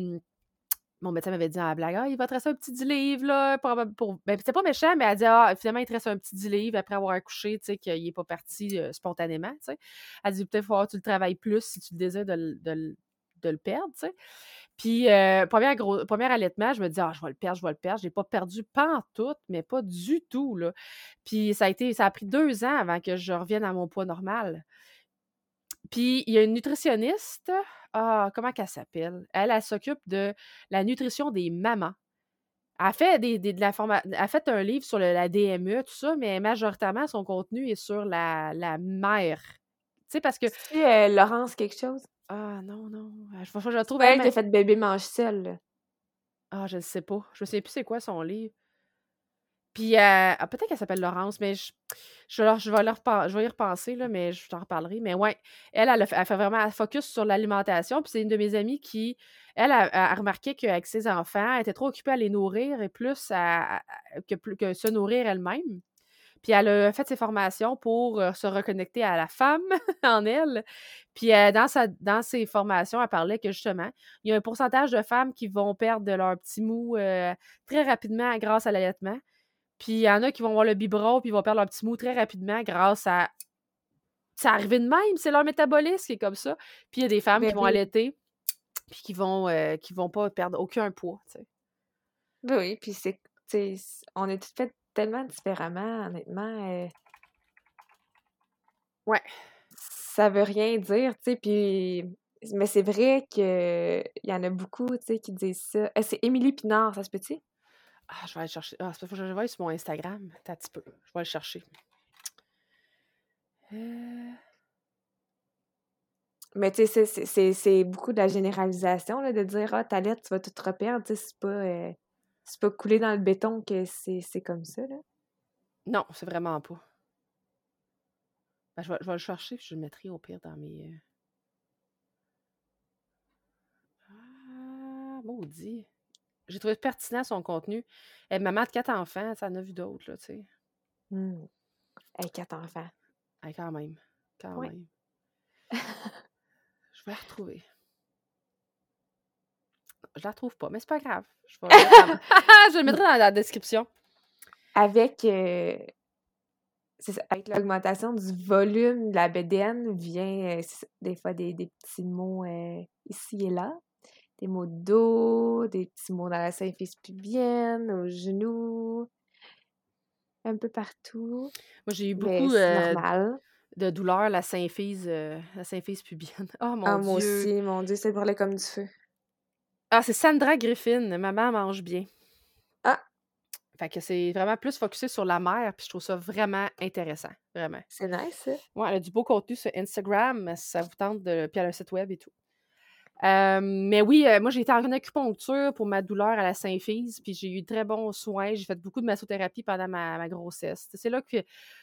mon médecin m'avait dit en blague: «Ah, il va te rester un petit 10 livres, là, ben, c'était pas méchant, mais elle dit: «Ah, finalement, il te reste un petit 10 livres après avoir accouché, tu sais, qu'il est pas parti, spontanément», tu sais. Elle dit: «Peut-être falloir que tu le travailles plus si tu désires de le perdre», tu sais. Puis, 1er allaitement, je me dis: «Ah, je vais le perdre, je vais le perdre». Je l'ai pas perdu pantoute, mais pas du tout, là. Puis ça a pris 2 ans avant que je revienne à mon poids normal. Puis il y a une nutritionniste, comment qu'elle s'appelle? Elle s'occupe de la nutrition des mamans. Elle fait elle a fait un livre sur la DME, tout ça, mais majoritairement, son contenu est sur la mère. Tu sais, parce que C'est-tu, Laurence quelque chose? ah non, non, faut que je le C'est trouve, pas elle, elle qui a mais fait Bébé mange seul, là? je ne sais pas. Je ne sais plus c'est quoi son livre. Puis, peut-être qu'elle s'appelle Laurence, mais je vais y repenser, là, mais je t'en reparlerai. Mais ouais, elle fait vraiment elle focus sur l'alimentation. Puis c'est une de mes amies qui, elle, a remarqué qu'avec ses enfants, elle était trop occupée à les nourrir et plus que se nourrir elle-même. Puis elle a fait ses formations pour, se reconnecter à la femme en elle. Puis, dans ses formations, elle parlait que justement, il y a un pourcentage de femmes qui vont perdre de leur petit mou, très rapidement grâce à l'allaitement. Puis il y en a qui vont avoir le biberon, puis ils vont perdre leur petit mou très rapidement grâce à c'est arrivé de même, c'est leur métabolisme qui est comme ça. Puis il y a des femmes qui Ben vont oui. allaiter, puis qui vont pas perdre aucun poids, tu sais. Ben oui, puis c'est tu sais, on est toutes faites tellement différemment, honnêtement, Ouais. ça veut rien dire, tu sais, puis mais c'est vrai qu'il y en a beaucoup, tu sais, qui disent ça. C'est Émilie Pinard, ça se peut-tu? Ah, je vais aller chercher. Ah, c'est faut que je vais sur mon Instagram. Attends un petit peu. Je vais le chercher. Heu, Mais tu sais, c'est beaucoup de la généralisation, là, de dire: «Ah, ta lettre, tu vas tout reperdre», tu sais, c'est pas coulé dans le béton que c'est comme ça, là. Non, c'est vraiment pas. Ben, je vais le chercher puis je le mettrai au pire dans mes, ah, maudit! J'ai trouvé pertinent son contenu. Elle est maman de 4 enfants, ça en a vu d'autres, là, tu sais. Mmh. Hey, 4 enfants. Ah, quand Ouais. même. Je vais la retrouver. Je la retrouve pas, mais c'est pas grave. Je vais le mettre dans je le mettrai dans la description. Avec, c'est ça, avec l'augmentation du volume de la bédaine vient, c'est ça, des fois des petits mots, ici et là, des mots de dos, des petits mots dans la symphyse pubienne, aux genoux, un peu partout, Moi, j'ai eu mais beaucoup, c'est normal. de douleurs, la symphyse pubienne. Oh mon Ah, moi Dieu! aussi, mon Dieu, ça brûlait comme du feu. Ah, c'est Sandra Griffin, «Maman mange bien». Ah, Fait que c'est vraiment plus focusé sur la mère, puis je trouve ça vraiment intéressant, vraiment. c'est nice ça. Ouais, elle a du beau contenu sur Instagram, si ça vous tente de puis elle a un site web et tout. Mais oui, moi, j'ai été en acupuncture pour ma douleur à la symphyse, puis j'ai eu de très bons soins. J'ai fait beaucoup de massothérapie pendant ma grossesse. C'est là que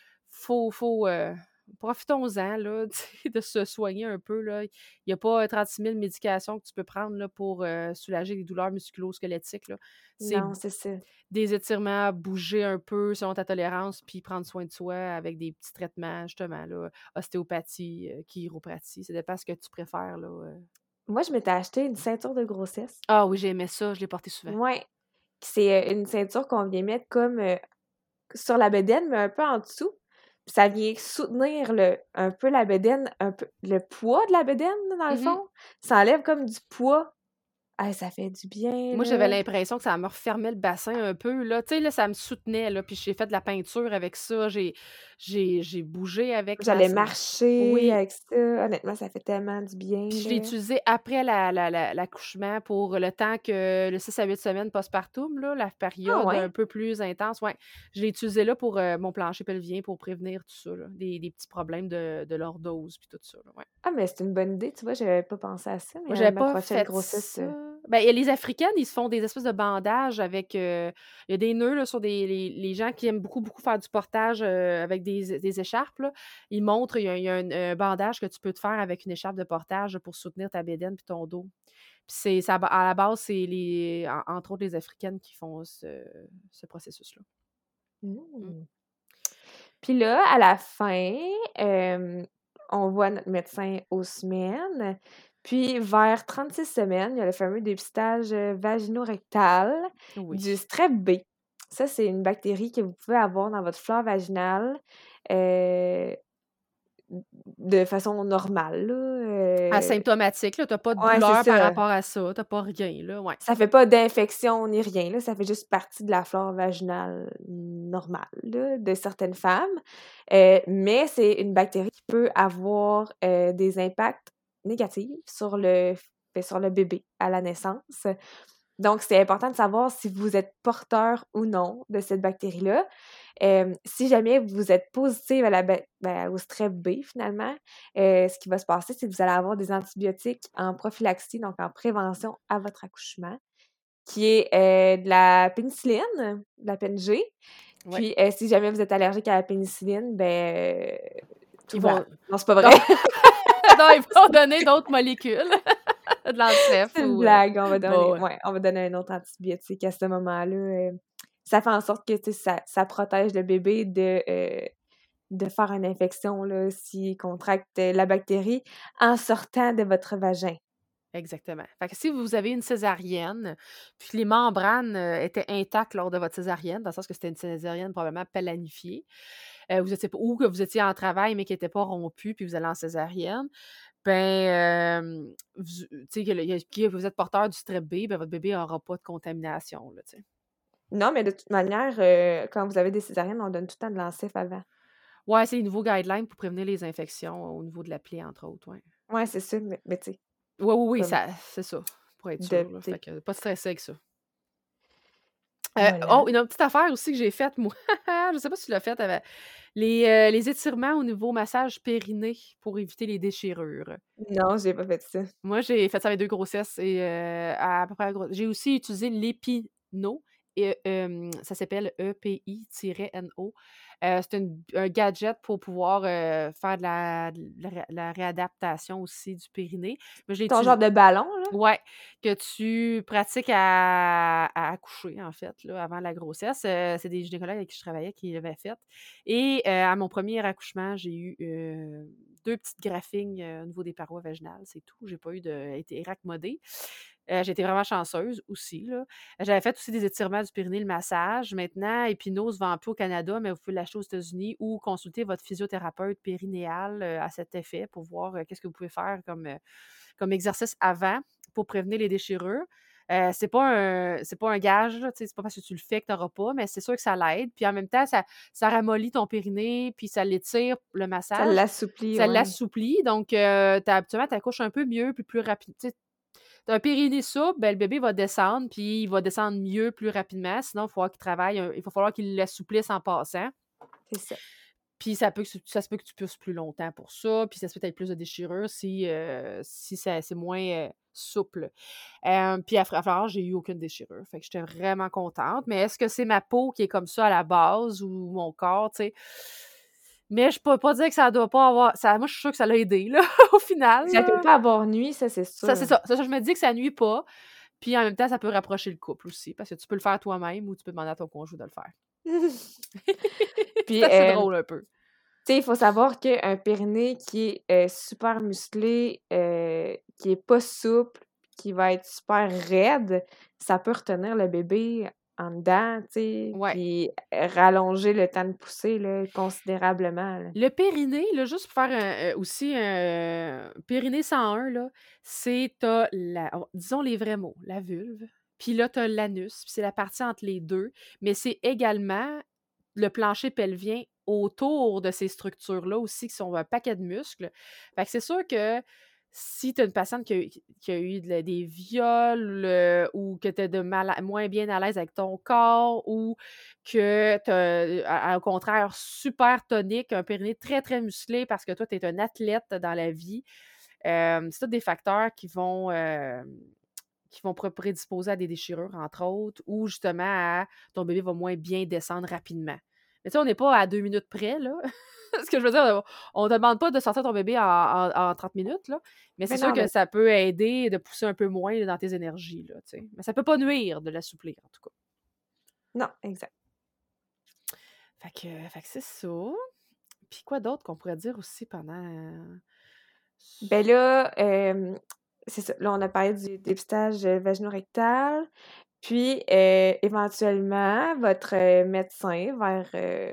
faut, profitons-en, là, tu sais, de se soigner un peu, là. Il y a pas 36 000 médications que tu peux prendre, là, pour, soulager les douleurs musculo-squelettiques, là. C'est Non, c'est ça. des étirements, bouger un peu selon ta tolérance, puis prendre soin de soi avec des petits traitements, justement, là, ostéopathie, chiropratie, ça dépend ce que tu préfères, là, Moi, je m'étais acheté une ceinture de grossesse. Ah oui, j'ai aimé ça, je l'ai porté souvent. Ouais, c'est, une ceinture qu'on vient mettre comme, sur la bedaine, mais un peu en dessous. Puis ça vient soutenir un peu la bedaine, un peu le poids de la bedaine, là, dans le Mmh. fond. Ça enlève comme du poids. Ah, ça fait du bien, Moi, j'avais là. l'impression que ça me refermait le bassin un peu, là. Tu sais, là, ça me soutenait, là, puis j'ai fait de la peinture avec ça, j'ai bougé avec ma J'allais s marcher oui. avec ça. Honnêtement, ça fait tellement du bien, Puis je l'ai là. utilisé après l'accouchement pour le temps que le 6 à 8 semaines postpartum, là, la Ah période un ouais? peu plus intense, ouais. Je l'ai utilisé là pour, mon plancher pelvien pour prévenir tout ça, là, des petits problèmes de lordose puis tout ça, là, ouais. Ah, mais c'est une bonne idée, tu vois? J'avais pas pensé à ça, Moi, mais, j'avais ma pas prochaine fait grossesse, ça. Ben, il y a les Africaines, ils se font des espèces de bandages avec, il y a des nœuds, là, sur les gens qui aiment beaucoup, beaucoup faire du portage, avec des écharpes, là. Ils montrent, il y a un bandage que tu peux te faire avec une écharpe de portage pour soutenir ta bédaine puis ton dos. Puis c'est ça à la base, c'est entre autres les Africaines qui font ce processus-là. Mmh. mmh. Puis là, à la fin, on voit notre médecin aux semaines. Puis vers 36 semaines, il y a le fameux dépistage, vagino-rectal Oui. du strep B. Ça, c'est une bactérie que vous pouvez avoir dans votre flore vaginale, heu, de façon normale, là, Asymptomatique, là, tu as pas de ouais, c'est douleur par ça. rapport à ça, tu as pas rien, là, ouais. Ça fait pas d'infection ni rien, là, ça fait juste partie de la flore vaginale normale, là, de certaines femmes. Mais c'est une bactérie qui peut avoir, des impacts négatifs sur le bébé à la naissance. Donc c'est important de savoir si vous êtes porteur ou non de cette bactérie-là. Si jamais vous êtes positive à au strep B finalement, ce qui va se passer, c'est que vous allez avoir des antibiotiques en prophylaxie, donc en prévention à votre accouchement, qui est, de la pénicilline, de la PNG. Ouais. Puis, si jamais vous êtes allergique à la pénicilline, ben, tout Ils va vont non, c'est pas non, vrai. non, ils vont donner d'autres molécules, de l'antifresh C'est une ou, blague, bon, ouais. on va donner un autre antibiotique à ce moment-là, ça fait en sorte que, tu sais, ça protège le bébé de faire une infection, là, s'il contracte, la bactérie en sortant de votre vagin. Exactement. Fait que si vous avez une césarienne, puis que les membranes, étaient intactes lors de votre césarienne, dans le sens que c'était une césarienne probablement planifiée, vous étiez pas ou que vous étiez en travail, mais qui était pas rompu, puis vous allez en césarienne, ben, vous tu sais, que vous êtes porteur du strep B, ben, votre bébé aura pas de contamination, là, tu sais. Non, mais de toute manière, quand vous avez des césariennes, on donne tout le temps de l'encef avant. Ouais, c'est les nouveaux guidelines pour prévenir les infections au niveau de la plaie, entre autres, ouais. Ouais, c'est ça, mais tu sais, Oui, oui, oui, comme ça c'est ça, pour être de sûr, là. tu Fait sais que pas de stresser avec ça. Voilà. Oh, une autre petite affaire aussi que j'ai faite, moi. Je sais pas si tu l'as faite avec les étirements au niveau massage périnée pour éviter les déchirures. Non, j'ai pas fait ça. Moi, j'ai fait ça avec 2 grossesses et à peu près la gros j'ai aussi utilisé l'Epino et ça s'appelle EPI-NO. C'est un gadget pour pouvoir, faire de la réadaptation aussi du périnée. Moi, je l'ai Ton genre utilisé de ballon, là? ouais, que tu pratiques à accoucher, en fait, là, avant la grossesse. C'est des gynécologues avec qui je travaillais qui l'avaient fait et à mon premier accouchement, j'ai eu, 2 petites graphines, au niveau des parois vaginales, c'est tout. J'ai pas eu été raccommodée. J'ai été vraiment chanceuse aussi, là. J'avais fait aussi des étirements du périnée, le massage. Maintenant, Epino se vend plus au Canada, mais vous pouvez l'acheter aux États-Unis ou consulter votre physiothérapeute périnéal, à cet effet pour voir, qu'est-ce que vous pouvez faire comme exercice avant pour prévenir les déchirures. C'est pas un gage, là, tu sais, c'est pas parce que tu le fais que tu auras pas, mais c'est sûr que ça l'aide. Puis en même temps, ça ramollit ton périnée, puis ça l'étire, le Ça massage. l'assouplit, Ça ouais. l'assouplit, donc habituellement, tu accouches un peu mieux, puis plus rapide. Tu sais, tu un périnée souple, ben, le bébé va descendre, puis il va descendre mieux, plus rapidement. Sinon, il va falloir qu'il l'assouplisse en passant. C'est ça. Puis ça se peut que tu pousses plus longtemps pour ça, puis ça se peut être plus de déchirures si c'est moins, souple. Puis à Florence, j'ai eu aucune déchirure, fait que j'étais vraiment contente. Mais est-ce que c'est ma peau qui est comme ça à la base ou mon corps, tu sais? Mais je peux pas dire que ça doit pas avoir ça moi, je suis sûre que ça l'a aidé, là, au final, Ça peut là. pas avoir nuit, ça, c'est Ça, c'est sûr. ça. Ça, je me dis que ça nuit pas, puis en même temps, ça peut rapprocher le couple aussi, parce que tu peux le faire toi-même ou tu peux demander à ton conjoint de le faire. Puis, C'est assez drôle un peu. tu sais, il faut savoir qu'un périnée qui est, super musclé, qui est pas souple, qui va être super raide, ça peut retenir le bébé en dedans, tu sais, Ouais. puis rallonger le temps de pousser, là, considérablement, là. Le périnée, là, juste pour faire aussi un périnée 101, là, c'est disons les vrais mots, la vulve, puis là, tu as l'anus, puis c'est la partie entre les 2, mais c'est également le plancher pelvien autour de ces structures-là aussi qui sont un paquet de muscles. Fait que c'est sûr que si tu as une patiente qui a eu des viols, ou que tu es moins bien à l'aise avec ton corps ou que tu au contraire super tonique, un périnée très, très musclé parce que toi, tu es un athlète dans la vie. C'est tous des facteurs qui vont prédisposer à des déchirures, entre autres, ou justement à ton bébé va moins bien descendre rapidement. Mais tu sais, on n'est pas à 2 minutes près, là. Ce que je veux dire, on ne demande pas de sortir ton bébé en 30 minutes, là. Mais c'est Mais sûr non, que mais ça peut aider de pousser un peu moins là, dans tes énergies, là, tu sais. Mais ça peut pas nuire de l'assouplir, en tout cas. non, exact. Fait que c'est ça. Puis quoi d'autre qu'on pourrait dire aussi pendant Ben là, c'est ça, là, on a parlé du dépistage, vagino-rectal, puis, éventuellement, votre, médecin vers,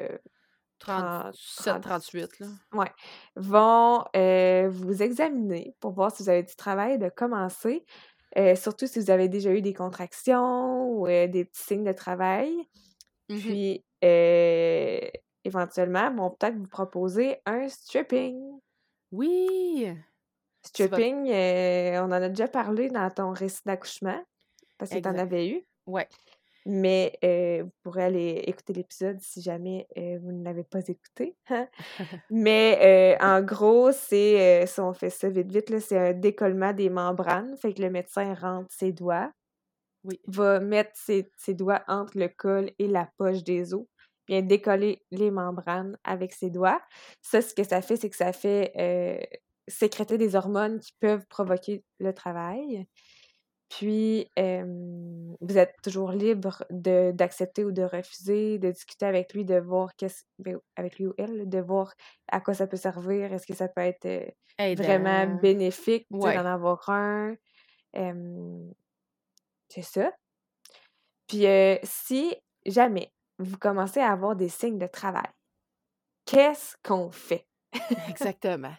37, 30 38, là? ouais, vont, vous examiner pour voir si vous avez du travail de commencer, surtout si vous avez déjà eu des contractions ou, des petits signes de travail. Mmh. Puis, éventuellement, vont peut-être vous proposer un stripping. Oui! C'est votre Stripping, on en a déjà parlé dans ton récit d'accouchement, parce que tu en exact. avais eu, Ouais. mais vous pourrez aller écouter l'épisode si jamais, vous ne l'avez pas écouté. Mais en gros, si on fait ça vite, vite, là, c'est un décollement des membranes. Fait que le médecin rentre ses doigts, Oui. va mettre ses doigts entre le col et la poche des os, vient décoller les membranes avec ses doigts. Ça, ce que ça fait, c'est que ça fait, sécréter des hormones qui peuvent provoquer le travail. Puis, vous êtes toujours libre d'accepter ou de refuser, de discuter avec lui, de voir avec lui ou elle, là, de voir à quoi ça peut servir. Est-ce que ça peut être, vraiment Aidant. bénéfique, tu sais, d'en Ouais. avoir un? Hem, c'est ça. Puis, si jamais vous commencez à avoir des signes de travail, qu'est-ce qu'on fait? Exactement.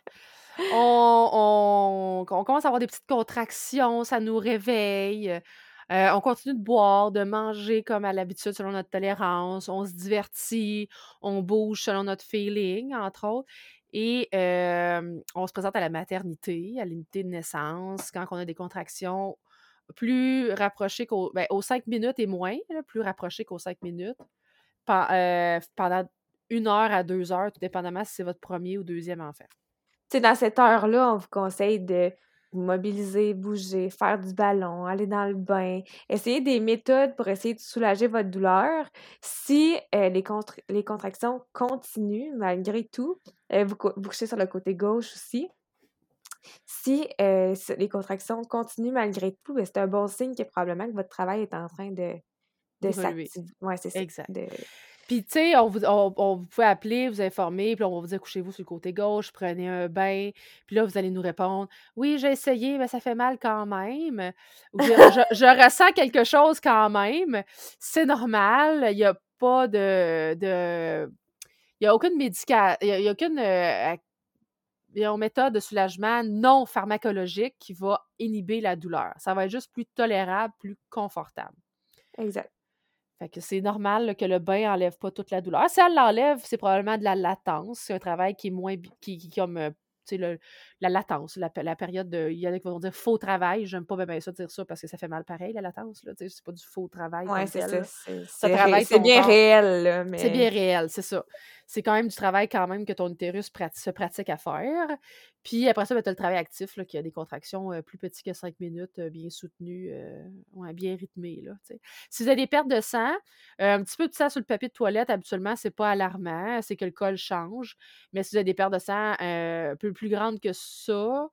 On commence à avoir des petites contractions, ça nous réveille, on continue de boire, de manger comme à l'habitude selon notre tolérance, on se divertit, on bouge selon notre feeling, entre autres et on se présente à la maternité, à l'unité de naissance quand on a des contractions. plus rapproché aux 5 minutes et moins, là, plus rapproché qu'aux 5 minutes, pendant 1 heure à 2 heures, tout dépendamment si c'est votre premier ou deuxième enfant. Tu sais, dans cette heure-là, on vous conseille de vous mobiliser, bouger, faire du ballon, aller dans le bain, essayer des méthodes pour essayer de soulager votre douleur. Si les contractions continuent malgré tout, vous couchez sur le côté gauche aussi. Si les contractions continuent malgré tout, ben, c'est un bon signe que probablement que votre travail est en train de D'évoluer. s'activer. Ouais, c'est ça. Exact. Puis, tu sais, vous pouvez appeler, vous informer, puis là, on va vous dire couchez-vous sur le côté gauche, prenez un bain, puis là, vous allez nous répondre oui, j'ai essayé, mais ça fait mal quand même. Ou bien je ressens quelque chose quand même. C'est normal, il n'y a pas il n'y a aucune il y a aucune méthode de soulagement non pharmacologique qui va inhiber la douleur. Ça va être juste plus tolérable, plus confortable. Exact. Fait que c'est normal là, que le bain enlève pas toute la douleur. Si elle l'enlève, c'est probablement de la latence. C'est un travail qui est moins qui comme tu sais, la latence, la période de. Il y en a qui vont dire faux travail. J'aime pas bien ça dire ça parce que ça fait mal pareil, la latence. Là, tu sais, c'est pas du faux travail Ouais, comme c'est tel. ça. Là. Ça travaille C'est ton bien corps. réel, là, C'est mais. bien réel, c'est ça. C'est quand même du travail quand même que ton utérus se pratique à faire. Puis après ça, tu as le travail actif là, qui a des contractions plus petites que 5 minutes, bien soutenues, ouais, bien rythmées. Là, tu sais. Si vous avez des pertes de sang, un petit peu de sang sur le papier de toilette, habituellement, c'est pas alarmant, c'est que le col change. Mais si vous avez des pertes de sang un peu plus grandes que ça,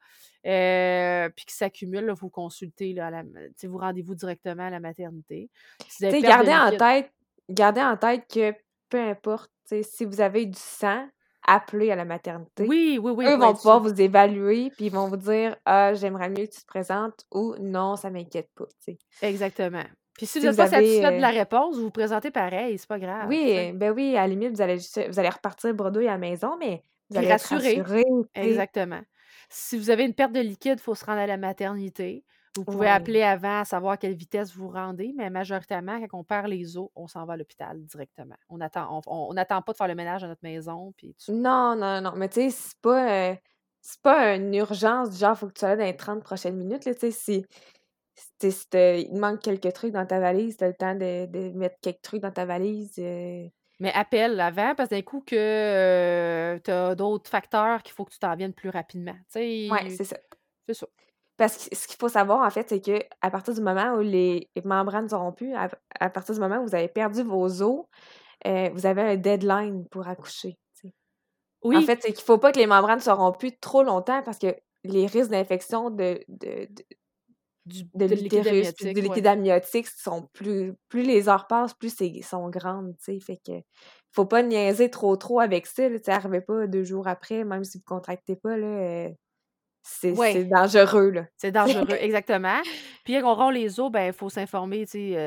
puis qui s'accumulent, là, vous consultez, là, vous rendez-vous directement à la maternité. Si vous avez Tu sais, perte de liquide. gardez en tête que peu importe, tu sais, si vous avez du sang, appelez à la maternité. Oui, oui, oui, Eux pour vont être pouvoir sûr. vous évaluer, puis ils vont vous dire: «Ah, j'aimerais mieux que tu te présentes» ou «Non, ça m'inquiète pas», tu sais. Exactement. Puis si vous Si êtes vous pas satisfaite de avez, la réponse, vous vous présentez pareil, c'est pas grave, tu sais. oui, ben oui, à la limite, vous allez repartir bredouille à la maison, mais vous Puis allez être rassuré. rassurés, tu sais. Exactement. Si vous avez une perte de liquide, il faut se rendre à la maternité. Vous pouvez Ouais. appeler avant à savoir à quelle vitesse vous vous rendez, mais majoritairement, quand on perd les os, on s'en va à l'hôpital directement. On n'attend pas de faire le ménage dans notre maison, puis tout ça. Non, non, non, mais tu sais, c'est pas une urgence du genre, faut que tu sois là dans les 30 prochaines minutes, là, tu sais, si il te manque quelques trucs dans ta valise, tu as le temps de mettre quelques trucs dans ta valise, Mais appelle avant, parce que d'un coup que tu as d'autres facteurs qu'il faut que tu t'en viennes plus rapidement. Tu ouais, sais, c'est ça. c'est ça. Parce que ce qu'il faut savoir, en fait, c'est qu'à partir du moment où les membranes seront plus, à partir du moment où vous avez perdu vos os, vous avez un deadline pour accoucher, tu sais. En Oui, fait, c'est qu'il faut pas que les membranes seront plus trop longtemps parce que les risques d'infection de de liquide l'utérus puis du amniotique, ouais. liquide amniotique sont plus les heures passent, plus c'est sont grandes, tu sais. Fait que faut pas niaiser trop avec ça, là, tu sais, arrivez pas 2 jours après, même si vous contractez pas, là, c'est Ouais. dangereux, là. C'est dangereux, exactement. Puis quand on rompt les os, ben, il faut s'informer, tu sais,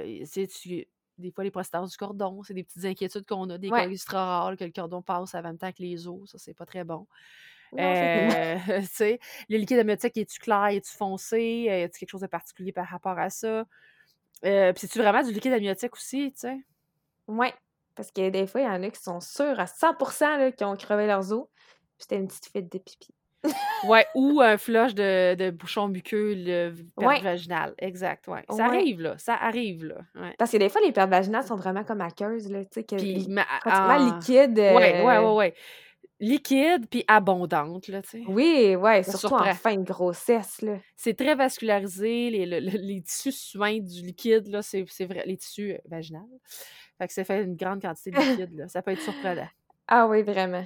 des fois, les prostates du cordon, c'est des petites inquiétudes qu'on a, des cas Ouais. extra rares, que le cordon passe en même temps que les os, ça, c'est pas très bon. Non, effectivement. Tu sais, le liquide amniotique, es-tu clair, es-tu foncé, y a-tu quelque chose de particulier par rapport à ça? Puis c'est-tu vraiment du liquide amniotique aussi, tu sais? Ouais, parce que des fois, il y en a qui sont sûrs à 100 là, qu'ils ont crevé leurs os, puis c'était une petite fuite de pipi. Ouais, ou un flush de bouchon muqueux, le perte Ouais, vaginale, exact, ouais. ouais. Ça arrive, là, ouais. Parce que des fois, les pertes vaginales sont vraiment comme aqueuses, là, tu sais, que Puis li ma pratiquement liquides, ouais, ouais, ouais, ouais. Liquide puis abondante, là, tu sais. oui, ouais, Ça surtout en surprend. fin de grossesse, là. C'est très vascularisé, les tissus suints du liquide, là, c'est vrai, les tissus, vaginaux. Fait que ça fait une grande quantité de liquide, là. Ça peut être surprenant. Ah oui, vraiment.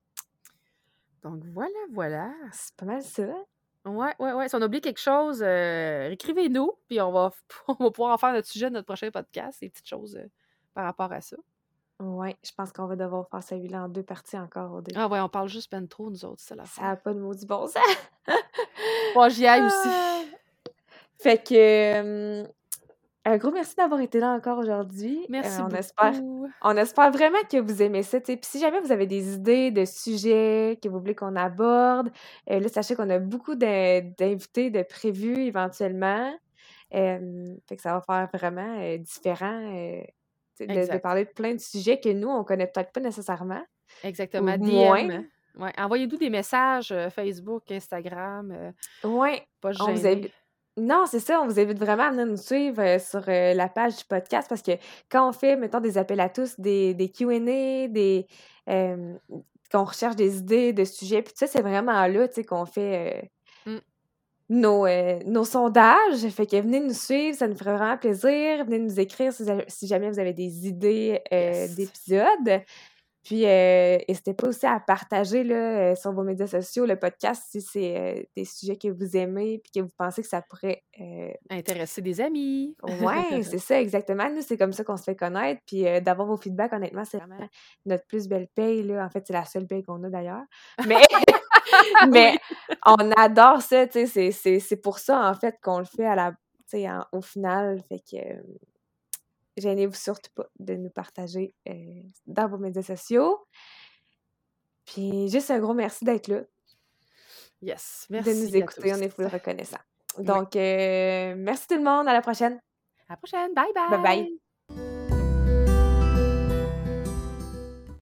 Donc voilà, voilà. C'est pas mal ça. Ouais, ouais, ouais. Si on oublie quelque chose, écrivez-nous, puis on va pouvoir en faire notre sujet de notre prochain podcast, ces petites choses, par rapport à ça. Ouais, je pense qu'on va devoir faire celui-là en 2 parties encore, Ah ouais, on parle juste ben trop, nous autres, c'est Ça a l'affaire. pas de maudit bon sens. Faut que j'y aille aussi. Ah! Fait que, un gros merci d'avoir été là encore aujourd'hui. Merci beaucoup. On espère vraiment que vous aimez ça, tu sais. Puis si jamais vous avez des idées de sujets que vous voulez qu'on aborde, là, sachez qu'on a beaucoup d'invités de prévus éventuellement. Fait que ça va faire vraiment, différent, tu sais, de Exact. parler de plein de sujets que nous, on connaît peut-être pas nécessairement ou Exactement. moins. DM. Ouais. Envoyez-nous des messages Facebook, Instagram. Ouais, Pas se on vous gêner. Non, c'est ça, on vous invite vraiment à venir nous suivre, sur, la page du podcast parce que quand on fait, mettons, des appels à tous, des Q&A, hem, qu'on recherche des idées de sujets, puis tout ça, c'est vraiment là, tu sais, qu'on fait, Mmh. nos sondages. Fait que venez nous suivre, ça nous ferait vraiment plaisir. Venez nous écrire si jamais vous avez des idées, Yes. d'épisodes. Puis, n'hésitez pas aussi à partager là, sur vos médias sociaux le podcast si c'est, des sujets que vous aimez puis que vous pensez que ça pourrait, Intéresser des amis. ouais, c'est ça exactement. Nous, c'est comme ça qu'on se fait connaître puis, d'avoir vos feedbacks, honnêtement, c'est vraiment notre plus belle paye, là. En fait, c'est la seule paye qu'on a d'ailleurs. Mais mais Oui. on adore ça, tu sais, c'est pour ça, en fait, qu'on le fait à la tu sais, au final. Fait que, gênez-vous surtout pas de nous partager, dans vos médias sociaux. Puis juste un gros merci d'être là, Yes, de nous merci à écouter, tous. on est full reconnaissants. Oui. Donc, merci tout le monde, à la prochaine. À la prochaine. Bye Bye bye. bye!